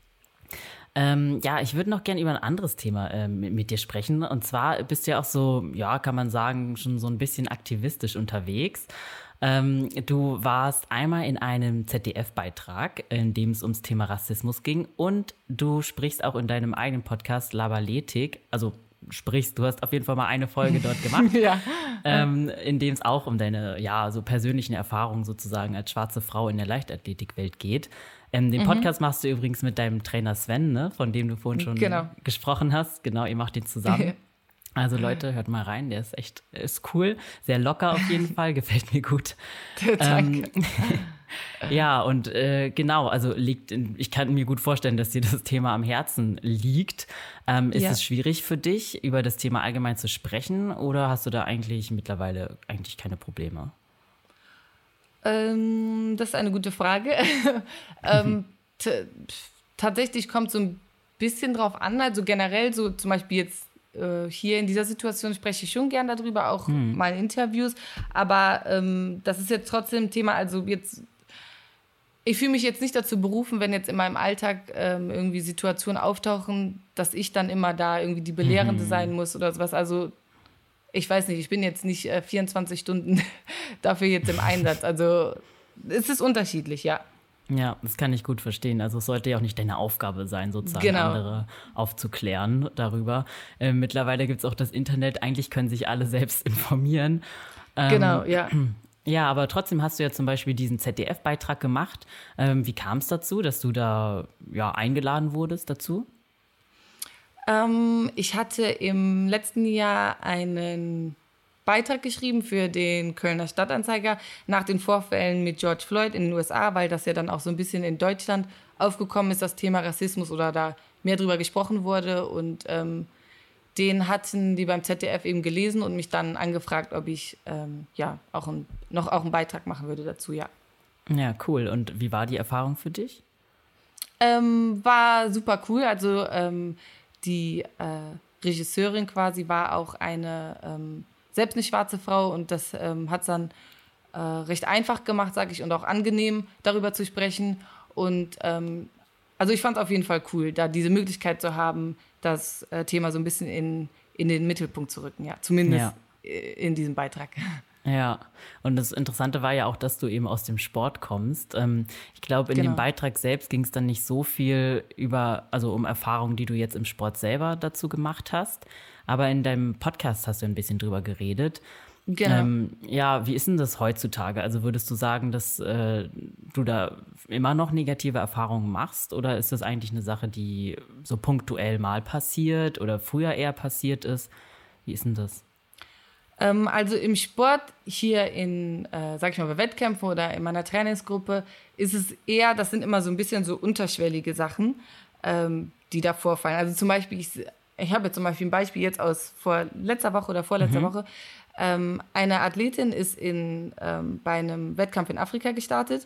Ich würde noch gerne über ein anderes Thema mit dir sprechen. Und zwar bist du ja auch so, ja, kann man sagen, schon so ein bisschen aktivistisch unterwegs. Du warst einmal in einem ZDF-Beitrag, in dem es ums Thema Rassismus ging. Und du sprichst auch in deinem eigenen Podcast Labaletik, du hast auf jeden Fall mal eine Folge dort gemacht, in dem es auch um deine so persönlichen Erfahrungen sozusagen als schwarze Frau in der Leichtathletikwelt geht. Den Podcast machst du übrigens mit deinem Trainer Sven, ne, von dem du vorhin schon gesprochen hast. Genau, ihr macht den zusammen. Also Leute, hört mal rein, der ist cool, sehr locker auf jeden Fall, gefällt mir gut. Danke. Ja, und genau, also ich kann mir gut vorstellen, dass dir das Thema am Herzen liegt. Ist es schwierig für dich, über das Thema allgemein zu sprechen oder hast du da mittlerweile keine Probleme? Das ist eine gute Frage. Tatsächlich kommt so ein bisschen drauf an, also generell so zum Beispiel jetzt hier in dieser Situation spreche ich schon gern darüber, auch mal in Interviews, aber das ist jetzt trotzdem ein Thema, also jetzt ich fühle mich jetzt nicht dazu berufen, wenn jetzt in meinem Alltag irgendwie Situationen auftauchen, dass ich dann immer da irgendwie die Belehrende sein muss oder sowas. Also ich weiß nicht, ich bin jetzt nicht 24 Stunden dafür jetzt im Einsatz. Also es ist unterschiedlich, ja. Ja, das kann ich gut verstehen. Also es sollte ja auch nicht deine Aufgabe sein, sozusagen andere aufzuklären darüber. Mittlerweile gibt es auch das Internet. Eigentlich können sich alle selbst informieren. Genau, ja. Ja, aber trotzdem hast du ja zum Beispiel diesen ZDF-Beitrag gemacht. Wie kam es dazu, dass du da eingeladen wurdest dazu? Ich hatte im letzten Jahr einen Beitrag geschrieben für den Kölner Stadtanzeiger nach den Vorfällen mit George Floyd in den USA, weil das ja dann auch so ein bisschen in Deutschland aufgekommen ist, das Thema Rassismus, oder da mehr drüber gesprochen wurde. Und den hatten die beim ZDF eben gelesen und mich dann angefragt, ob ich auch einen Beitrag machen würde dazu, ja. Ja, cool. Und wie war die Erfahrung für dich? War super cool. Also die Regisseurin quasi war auch eine selbst eine schwarze Frau, und das hat es dann recht einfach gemacht, sage ich, und auch angenehm, darüber zu sprechen. Und also ich fand es auf jeden Fall cool, da diese Möglichkeit zu haben, das Thema so ein bisschen in den Mittelpunkt zu rücken, ja, zumindest in diesem Beitrag. Ja, und das Interessante war ja auch, dass du eben aus dem Sport kommst. Ich glaube, in dem Beitrag selbst ging es dann nicht so viel um Erfahrungen, die du jetzt im Sport selber dazu gemacht hast. Aber in deinem Podcast hast du ein bisschen drüber geredet. Genau. Wie ist denn das heutzutage? Also würdest du sagen, dass du da immer noch negative Erfahrungen machst? Oder ist das eigentlich eine Sache, die so punktuell mal passiert oder früher eher passiert ist? Wie ist denn das? Also im Sport hier sag ich mal, bei Wettkämpfen oder in meiner Trainingsgruppe ist es eher, das sind immer so ein bisschen so unterschwellige Sachen, die da vorfallen. Also zum Beispiel, ich habe zum Beispiel ein Beispiel jetzt aus letzter Woche oder vorletzter Woche. Eine Athletin ist bei einem Wettkampf in Afrika gestartet.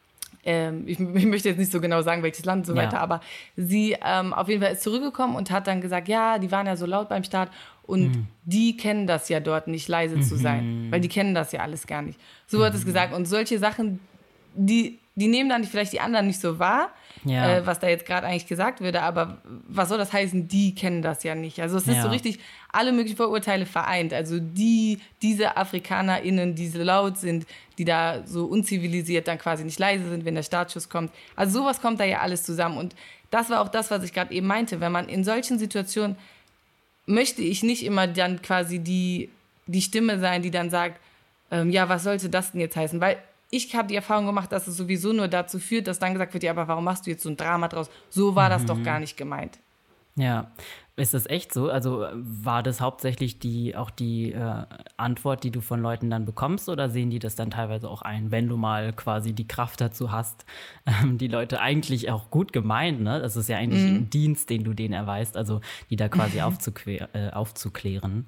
Ich möchte jetzt nicht so genau sagen, welches Land und so weiter, aber sie auf jeden Fall ist zurückgekommen und hat dann gesagt, ja, die waren ja so laut beim Start und die kennen das ja dort nicht, leise zu sein, weil die kennen das ja alles gar nicht. So hat es gesagt, und solche Sachen, die nehmen dann vielleicht die anderen nicht so wahr, was da jetzt gerade eigentlich gesagt würde, aber was soll das heißen, die kennen das ja nicht. Also es ist so richtig alle möglichen Vorurteile vereint. Also diese AfrikanerInnen, die so laut sind, die da so unzivilisiert dann quasi nicht leise sind, wenn der Startschuss kommt. Also sowas kommt da ja alles zusammen. Und das war auch das, was ich gerade eben meinte. Wenn man in solchen Situationen, möchte ich nicht immer dann quasi die Stimme sein, die dann sagt, was sollte das denn jetzt heißen? Weil ich habe die Erfahrung gemacht, dass es sowieso nur dazu führt, dass dann gesagt wird, ja, aber warum machst du jetzt so ein Drama draus? So war das doch gar nicht gemeint. Ja, ist das echt so? Also war das hauptsächlich die Antwort, die du von Leuten dann bekommst, oder sehen die das dann teilweise auch ein, wenn du mal quasi die Kraft dazu hast, die Leute eigentlich auch gut gemeint, ne? Das ist ja eigentlich ein Dienst, den du denen erweist, also die da quasi aufzuklären.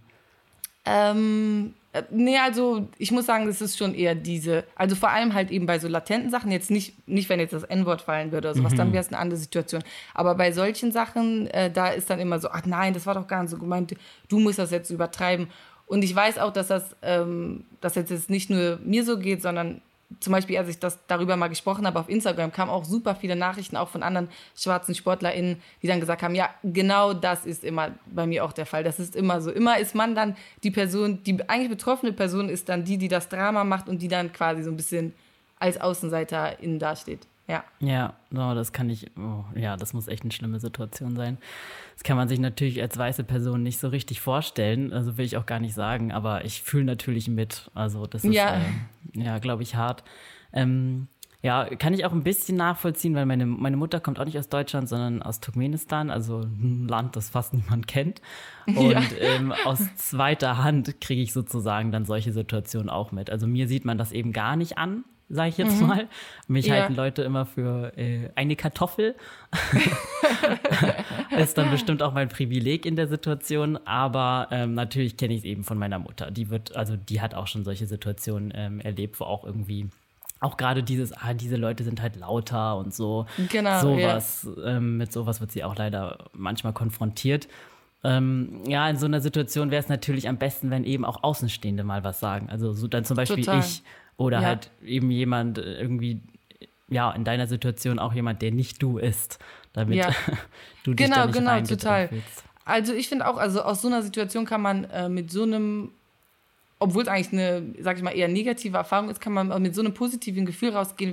Nee, also ich muss sagen, das ist schon eher also vor allem halt eben bei so latenten Sachen, jetzt nicht wenn jetzt das N-Wort fallen würde oder sowas, dann wäre es eine andere Situation. Aber bei solchen Sachen, da ist dann immer so, ach nein, das war doch gar nicht so gemeint, du musst das jetzt übertreiben. Und ich weiß auch, dass das jetzt nicht nur mir so geht, sondern zum Beispiel, als ich darüber mal gesprochen habe auf Instagram, kamen auch super viele Nachrichten auch von anderen schwarzen SportlerInnen, die dann gesagt haben, ja, genau das ist immer bei mir auch der Fall. Das ist immer so. Immer ist man dann die Person, die eigentlich betroffene Person ist dann die das Drama macht und die dann quasi so ein bisschen als AußenseiterInnen dasteht. Ja. Ja, das muss echt eine schlimme Situation sein. Das kann man sich natürlich als weiße Person nicht so richtig vorstellen, also will ich auch gar nicht sagen, aber ich fühle natürlich mit. Also das ist, glaube ich, hart. Kann ich auch ein bisschen nachvollziehen, weil meine Mutter kommt auch nicht aus Deutschland, sondern aus Turkmenistan, also ein Land, das fast niemand kennt. Und aus zweiter Hand kriege ich sozusagen dann solche Situationen auch mit. Also mir sieht man das eben gar nicht an, sage ich jetzt mal. Mich halten Leute immer für eine Kartoffel. Ist dann bestimmt auch mein Privileg in der Situation, aber natürlich kenne ich es eben von meiner Mutter. Die hat auch schon solche Situationen erlebt, wo auch irgendwie auch gerade diese Leute sind halt lauter und so. Genau, sowas, mit sowas wird sie auch leider manchmal konfrontiert. In so einer Situation wäre es natürlich am besten, wenn eben auch Außenstehende mal was sagen. Also so dann zum Beispiel ich oder halt eben jemand irgendwie, in deiner Situation auch jemand, der nicht du ist, damit du dich da nicht reingedrängt fühlst. Also ich finde auch, also aus so einer Situation kann man mit so einem, obwohl es eigentlich eine, sag ich mal, eher negative Erfahrung ist, kann man mit so einem positiven Gefühl rausgehen, wenn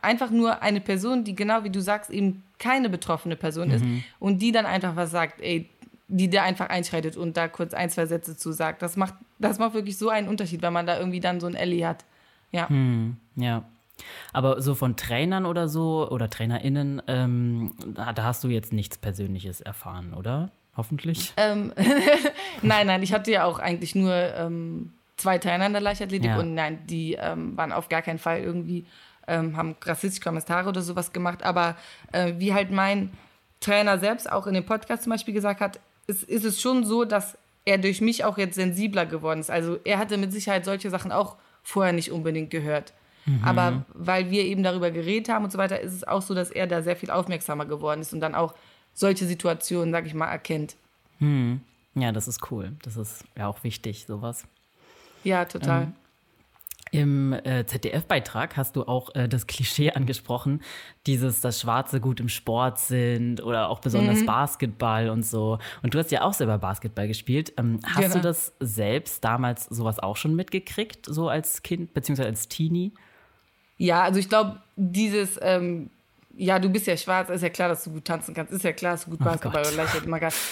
einfach nur eine Person, die genau wie du sagst, eben keine betroffene Person ist und die dann einfach was sagt, ey, die da einfach einschreitet und da kurz 1, 2 Sätze zu sagt. Das macht wirklich so einen Unterschied, wenn man da irgendwie dann so ein Ally hat. Ja. Ja. Aber so von Trainern oder so oder TrainerInnen, da hast du jetzt nichts Persönliches erfahren, oder? Hoffentlich. Nein, ich hatte ja auch eigentlich nur 2 Trainer in der Leichtathletik und nein, die waren auf gar keinen Fall irgendwie, haben rassistische Kommentare oder sowas gemacht. Aber wie halt mein Trainer selbst auch in dem Podcast zum Beispiel gesagt hat, ist es schon so, dass er durch mich auch jetzt sensibler geworden ist. Also er hatte mit Sicherheit solche Sachen auch vorher nicht unbedingt gehört. Aber weil wir eben darüber geredet haben und so weiter, ist es auch so, dass er da sehr viel aufmerksamer geworden ist und dann auch solche Situationen, sag ich mal, erkennt. Ja, das ist cool. Das ist ja auch wichtig, sowas. Ja, total. Im ZDF-Beitrag hast du auch das Klischee angesprochen, dass Schwarze gut im Sport sind oder auch besonders Basketball und so. Und du hast ja auch selber Basketball gespielt. Hast du das selbst damals sowas auch schon mitgekriegt, so als Kind beziehungsweise als Teenie? Ja, also ich glaube, dieses, du bist ja schwarz, ist ja klar, dass du gut tanzen kannst, ist ja klar, dass du gut Basketball oder Leichtathletik machen kannst.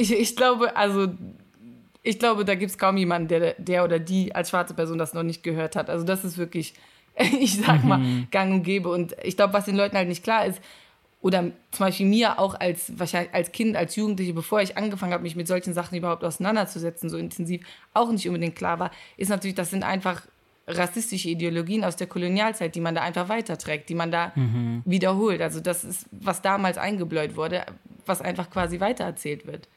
Ich glaube, da gibt es kaum jemanden, der oder die als schwarze Person das noch nicht gehört hat. Also das ist wirklich, ich sag mal, gang und gäbe. Und ich glaube, was den Leuten halt nicht klar ist, oder zum Beispiel mir auch als Kind, als Jugendliche, bevor ich angefangen habe, mich mit solchen Sachen überhaupt auseinanderzusetzen, so intensiv, auch nicht unbedingt klar war, ist natürlich, das sind einfach rassistische Ideologien aus der Kolonialzeit, die man da einfach weiterträgt, die man da wiederholt. Also das ist, was damals eingebläut wurde, was einfach quasi weitererzählt wird.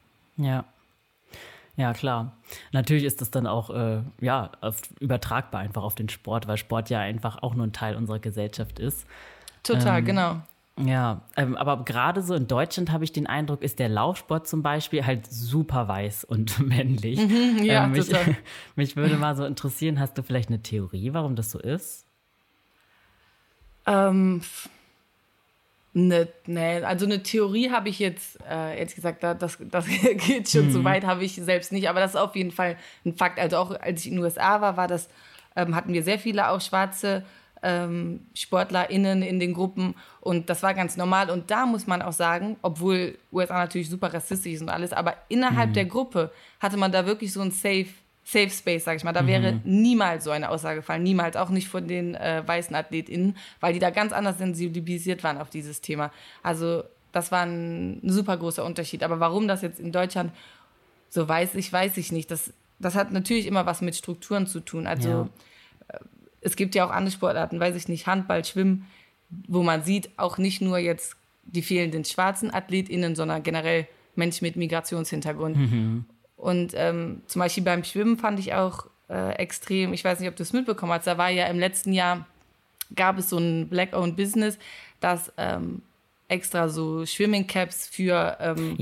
Ja, klar. Natürlich ist das dann auch übertragbar einfach auf den Sport, weil Sport ja einfach auch nur ein Teil unserer Gesellschaft ist. Total, genau. Ja, aber gerade so in Deutschland habe ich den Eindruck, ist der Laufsport zum Beispiel halt super weiß und männlich. Total. Mich würde mal so interessieren, hast du vielleicht eine Theorie, warum das so ist? Also eine Theorie habe ich jetzt, ehrlich gesagt, das geht schon so weit, habe ich selbst nicht, aber das ist auf jeden Fall ein Fakt. Also auch als ich in den USA war hatten wir sehr viele auch schwarze SportlerInnen in den Gruppen und das war ganz normal. Und da muss man auch sagen, obwohl USA natürlich super rassistisch ist und alles, aber innerhalb der Gruppe hatte man da wirklich so ein Safe Space, sag ich mal. Da wäre niemals so eine Aussage gefallen, niemals, auch nicht von den weißen AthletInnen, weil die da ganz anders sensibilisiert waren auf dieses Thema. Also das war ein super großer Unterschied. Aber warum das jetzt in Deutschland so weiß ich nicht. Das hat natürlich immer was mit Strukturen zu tun. Also es gibt ja auch andere Sportarten, weiß ich nicht, Handball, Schwimmen, wo man sieht, auch nicht nur jetzt die fehlenden schwarzen AthletInnen, sondern generell Menschen mit Migrationshintergrund. Und zum Beispiel beim Schwimmen fand ich auch extrem, ich weiß nicht, ob du es mitbekommen hast, da war ja im letzten Jahr, gab es so ein Black-Owned Business, das extra so Swimming-Caps für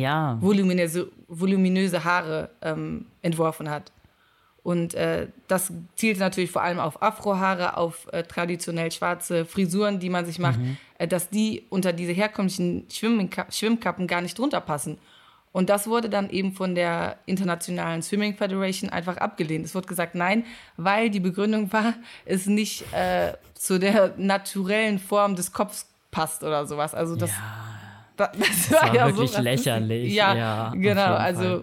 voluminöse Haare entworfen hat. Und das zielt natürlich vor allem auf Afrohaare, auf traditionell schwarze Frisuren, die man sich macht, dass die unter diese herkömmlichen Schwimmkappen gar nicht drunter passen. Und das wurde dann eben von der Internationalen Swimming Federation einfach abgelehnt. Es wurde gesagt, nein, weil die Begründung war, es nicht zu der naturellen Form des Kopfs passt oder sowas. Also das war ja wirklich so lächerlich. Ja, genau. Also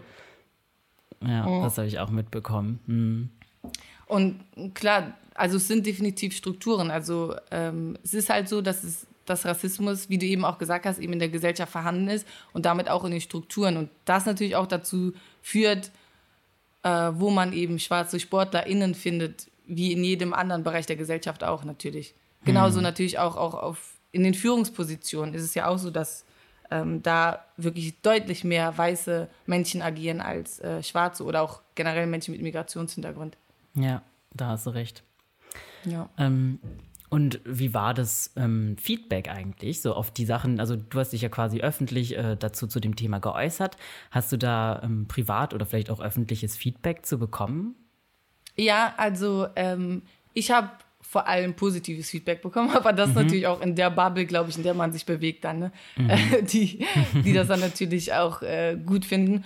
ja, das habe ich auch mitbekommen. Und klar, also es sind definitiv Strukturen. Also es ist halt so, dass Rassismus, wie du eben auch gesagt hast, eben in der Gesellschaft vorhanden ist und damit auch in den Strukturen. Und das natürlich auch dazu führt, wo man eben schwarze SportlerInnen findet, wie in jedem anderen Bereich der Gesellschaft auch natürlich. Genauso natürlich auch in den Führungspositionen ist es ja auch so, dass da wirklich deutlich mehr weiße Menschen agieren als schwarze oder auch generell Menschen mit Migrationshintergrund. Ja, da hast du recht. Ja. Und wie war das Feedback eigentlich so auf die Sachen? Also du hast dich ja quasi öffentlich dazu zu dem Thema geäußert. Hast du da privat oder vielleicht auch öffentliches Feedback zu bekommen? Ja, also ich habe vor allem positives Feedback bekommen, aber das natürlich auch in der Bubble, glaube ich, in der man sich bewegt dann, ne? Die das dann natürlich auch gut finden.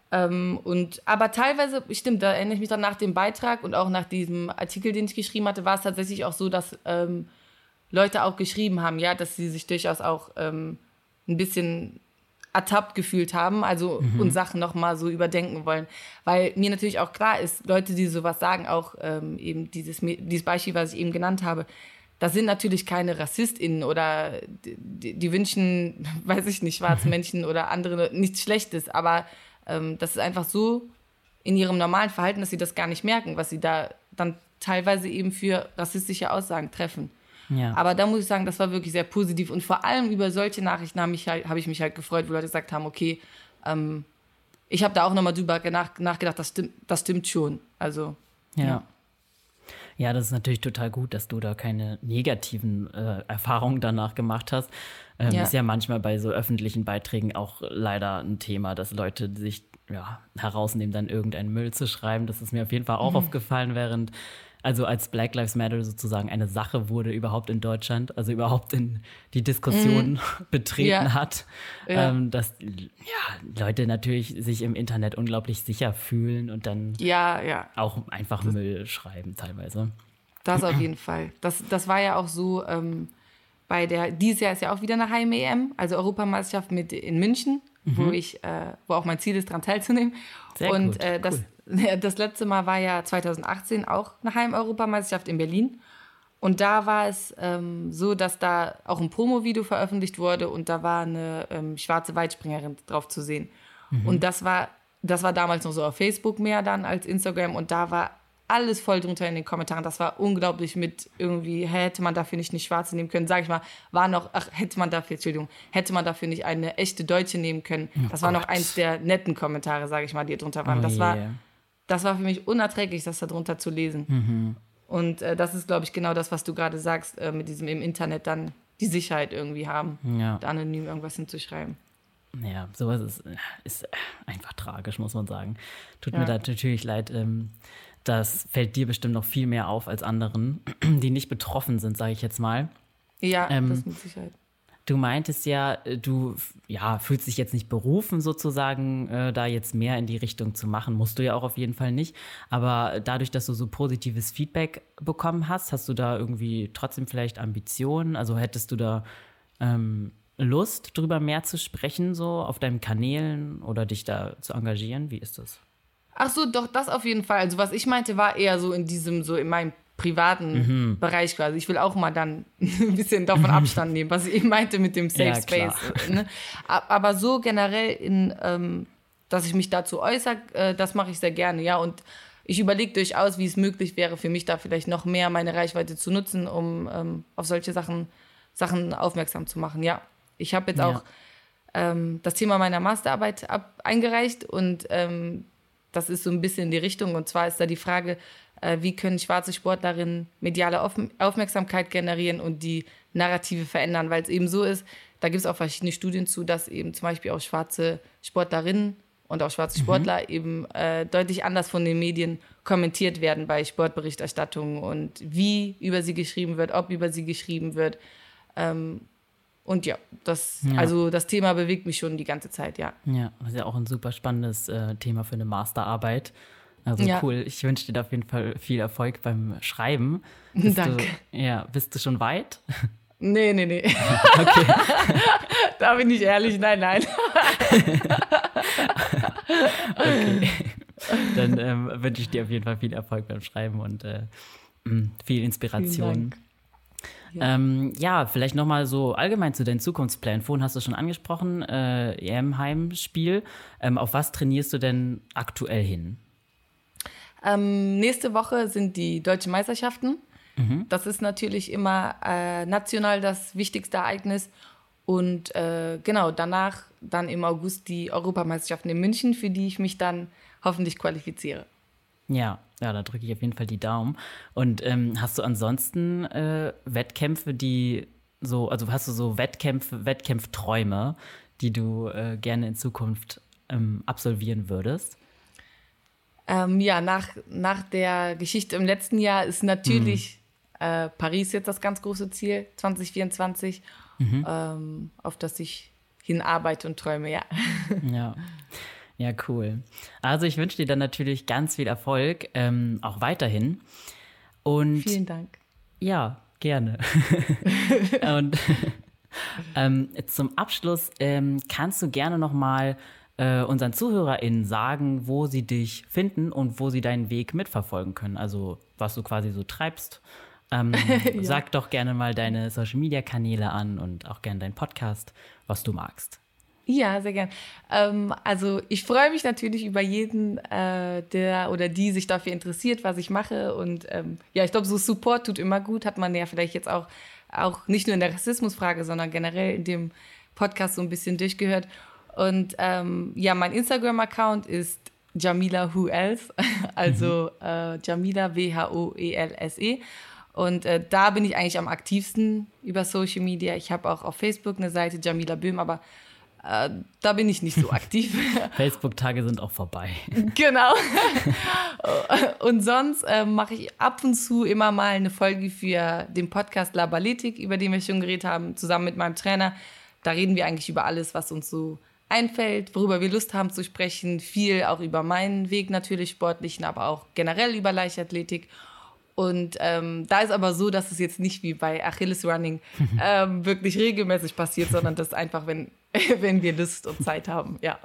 Aber teilweise, stimmt, da erinnere ich mich dann nach dem Beitrag und auch nach diesem Artikel, den ich geschrieben hatte, war es tatsächlich auch so, dass Leute auch geschrieben haben, ja, dass sie sich durchaus auch ein bisschen ertappt gefühlt haben, also und Sachen nochmal so überdenken wollen. Weil mir natürlich auch klar ist, Leute, die sowas sagen, auch eben dieses Beispiel, was ich eben genannt habe, das sind natürlich keine RassistInnen oder die wünschen, weiß ich nicht, schwarzen Menschen oder andere nichts Schlechtes, aber das ist einfach so in ihrem normalen Verhalten, dass sie das gar nicht merken, was sie da dann teilweise eben für rassistische Aussagen treffen. Ja. Aber da muss ich sagen, das war wirklich sehr positiv. Und vor allem über solche Nachrichten habe ich mich halt gefreut, wo Leute gesagt haben, okay, ich habe da auch nochmal drüber nachgedacht, das stimmt schon. Also, ja. Ja, das ist natürlich total gut, dass du da keine negativen Erfahrungen danach gemacht hast. Ist ja manchmal bei so öffentlichen Beiträgen auch leider ein Thema, dass Leute sich herausnehmen, dann irgendeinen Müll zu schreiben. Das ist mir auf jeden Fall auch aufgefallen, als Black Lives Matter sozusagen eine Sache wurde überhaupt in Deutschland, also überhaupt in die Diskussion betreten hat, dass Leute natürlich sich im Internet unglaublich sicher fühlen und dann auch einfach Müll schreiben teilweise. Das auf jeden Fall. Das war ja auch so dieses Jahr ist ja auch wieder eine Heim-EM, also Europameisterschaft in München, wo auch mein Ziel ist, daran teilzunehmen. Sehr und gut, cool. Das letzte Mal war ja 2018 auch eine Heim-Europameisterschaft in Berlin. Und da war es so, dass da auch ein Promo-Video veröffentlicht wurde und da war eine schwarze Weitspringerin drauf zu sehen. Und das war damals noch so auf Facebook mehr dann als Instagram und da war alles voll drunter in den Kommentaren. Das war unglaublich mit irgendwie, hätte man dafür nicht eine Schwarze nehmen können, sag ich mal, hätte man dafür nicht eine echte Deutsche nehmen können. Das war noch eins der netten Kommentare, sag ich mal, die drunter waren. Das war für mich unerträglich, das da drunter zu lesen. Und das ist, glaube ich, genau das, was du gerade sagst, mit diesem im Internet dann die Sicherheit irgendwie haben, da anonym irgendwas hinzuschreiben. Ja, sowas ist einfach tragisch, muss man sagen. Tut mir da natürlich leid. Das fällt dir bestimmt noch viel mehr auf als anderen, die nicht betroffen sind, sage ich jetzt mal. Ja, das mit Sicherheit. Du meintest ja, du fühlst dich jetzt nicht berufen, sozusagen, da jetzt mehr in die Richtung zu machen. Musst du ja auch auf jeden Fall nicht. Aber dadurch, dass du so positives Feedback bekommen hast du da irgendwie trotzdem vielleicht Ambitionen? Also hättest du da Lust, drüber mehr zu sprechen, so auf deinen Kanälen oder dich da zu engagieren? Wie ist das? Ach so, doch, das auf jeden Fall. Also was ich meinte, war eher so in meinem privaten Bereich quasi. Ich will auch mal dann ein bisschen davon Abstand nehmen, was ich eben meinte mit dem Safe Space. Ne? Aber so generell, dass ich mich dazu äußere, das mache ich sehr gerne, ja. Und ich überlege durchaus, wie es möglich wäre, für mich da vielleicht noch mehr meine Reichweite zu nutzen, um auf solche Sachen aufmerksam zu machen, ja. Ich habe jetzt auch das Thema meiner Masterarbeit eingereicht und das ist so ein bisschen in die Richtung. Und zwar ist da die Frage, wie können schwarze Sportlerinnen mediale Aufmerksamkeit generieren und die Narrative verändern, weil es eben so ist, da gibt es auch verschiedene Studien zu, dass eben zum Beispiel auch schwarze Sportlerinnen und auch schwarze Sportler eben deutlich anders von den Medien kommentiert werden bei Sportberichterstattungen und wie über sie geschrieben wird, ob über sie geschrieben wird. Und also das Thema bewegt mich schon die ganze Zeit, ja. Ja, das ist ja auch ein super spannendes Thema für eine Masterarbeit. Also cool, ich wünsche dir auf jeden Fall viel Erfolg beim Schreiben. Danke. Bist du schon weit? Nee. Okay. Da bin ich ehrlich, nein. Okay. Dann wünsche ich dir auf jeden Fall viel Erfolg beim Schreiben und viel Inspiration. Vielen Dank. Ja, vielleicht nochmal so allgemein zu deinen Zukunftsplänen. Vorhin hast du schon angesprochen, EM-Heimspiel. Auf was trainierst du denn aktuell hin? Nächste Woche sind die Deutschen Meisterschaften. Das ist natürlich immer national das wichtigste Ereignis. Und genau, danach dann im August die Europameisterschaften in München, für die ich mich dann hoffentlich qualifiziere. Ja, da drücke ich auf jeden Fall die Daumen. Und hast du ansonsten Wettkämpfe, hast du so Wettkampfträume, die du gerne in Zukunft absolvieren würdest? Nach der Geschichte im letzten Jahr ist natürlich Paris jetzt das ganz große Ziel, 2024, auf das ich hinarbeite und träume, ja. Ja, cool. Also ich wünsche dir dann natürlich ganz viel Erfolg, auch weiterhin. Und vielen Dank. Ja, gerne. Und zum Abschluss kannst du gerne nochmal unseren ZuhörerInnen sagen, wo sie dich finden und wo sie deinen Weg mitverfolgen können. Also was du quasi so treibst. Sag doch gerne mal deine Social-Media-Kanäle an und auch gerne deinen Podcast, was du magst. Ja, sehr gern. Also ich freue mich natürlich über jeden, der oder die sich dafür interessiert, was ich mache. Und ich glaube, so Support tut immer gut. Hat man ja vielleicht jetzt auch nicht nur in der Rassismusfrage, sondern generell in dem Podcast so ein bisschen durchgehört. Und mein Instagram-Account ist Jamila Who Else, also Jamila WHOELSE. Und da bin ich eigentlich am aktivsten über Social Media. Ich habe auch auf Facebook eine Seite, Jamila Böhm, aber da bin ich nicht so aktiv. Facebook-Tage sind auch vorbei. Genau. Und sonst mache ich ab und zu immer mal eine Folge für den Podcast Labaletik, über den wir schon geredet haben, zusammen mit meinem Trainer. Da reden wir eigentlich über alles, was uns so einfällt, worüber wir Lust haben zu sprechen. Viel auch über meinen Weg natürlich, sportlichen, aber auch generell über Leichtathletik. Und da ist aber so, dass es jetzt nicht wie bei Achilles Running wirklich regelmäßig passiert, sondern das einfach, wenn wir Lust und Zeit haben, ja.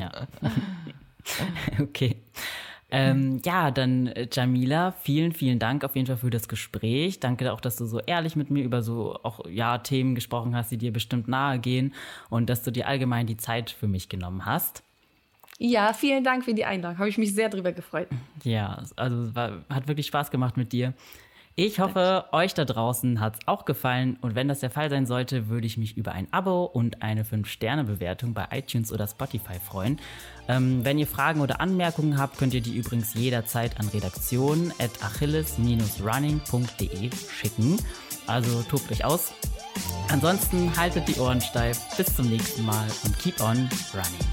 Okay. Dann Jamila, vielen, vielen Dank auf jeden Fall für das Gespräch. Danke auch, dass du so ehrlich mit mir über so auch Themen gesprochen hast, die dir bestimmt nahe gehen und dass du dir allgemein die Zeit für mich genommen hast. Ja, vielen Dank für die Einladung. Habe ich mich sehr drüber gefreut. Ja, also hat wirklich Spaß gemacht mit dir. Ich hoffe, euch da draußen hat es auch gefallen. Und wenn das der Fall sein sollte, würde ich mich über ein Abo und eine 5-Sterne-Bewertung bei iTunes oder Spotify freuen. Wenn ihr Fragen oder Anmerkungen habt, könnt ihr die übrigens jederzeit an redaktion@achilles-running.de schicken. Also tobt euch aus. Ansonsten haltet die Ohren steif. Bis zum nächsten Mal und keep on running.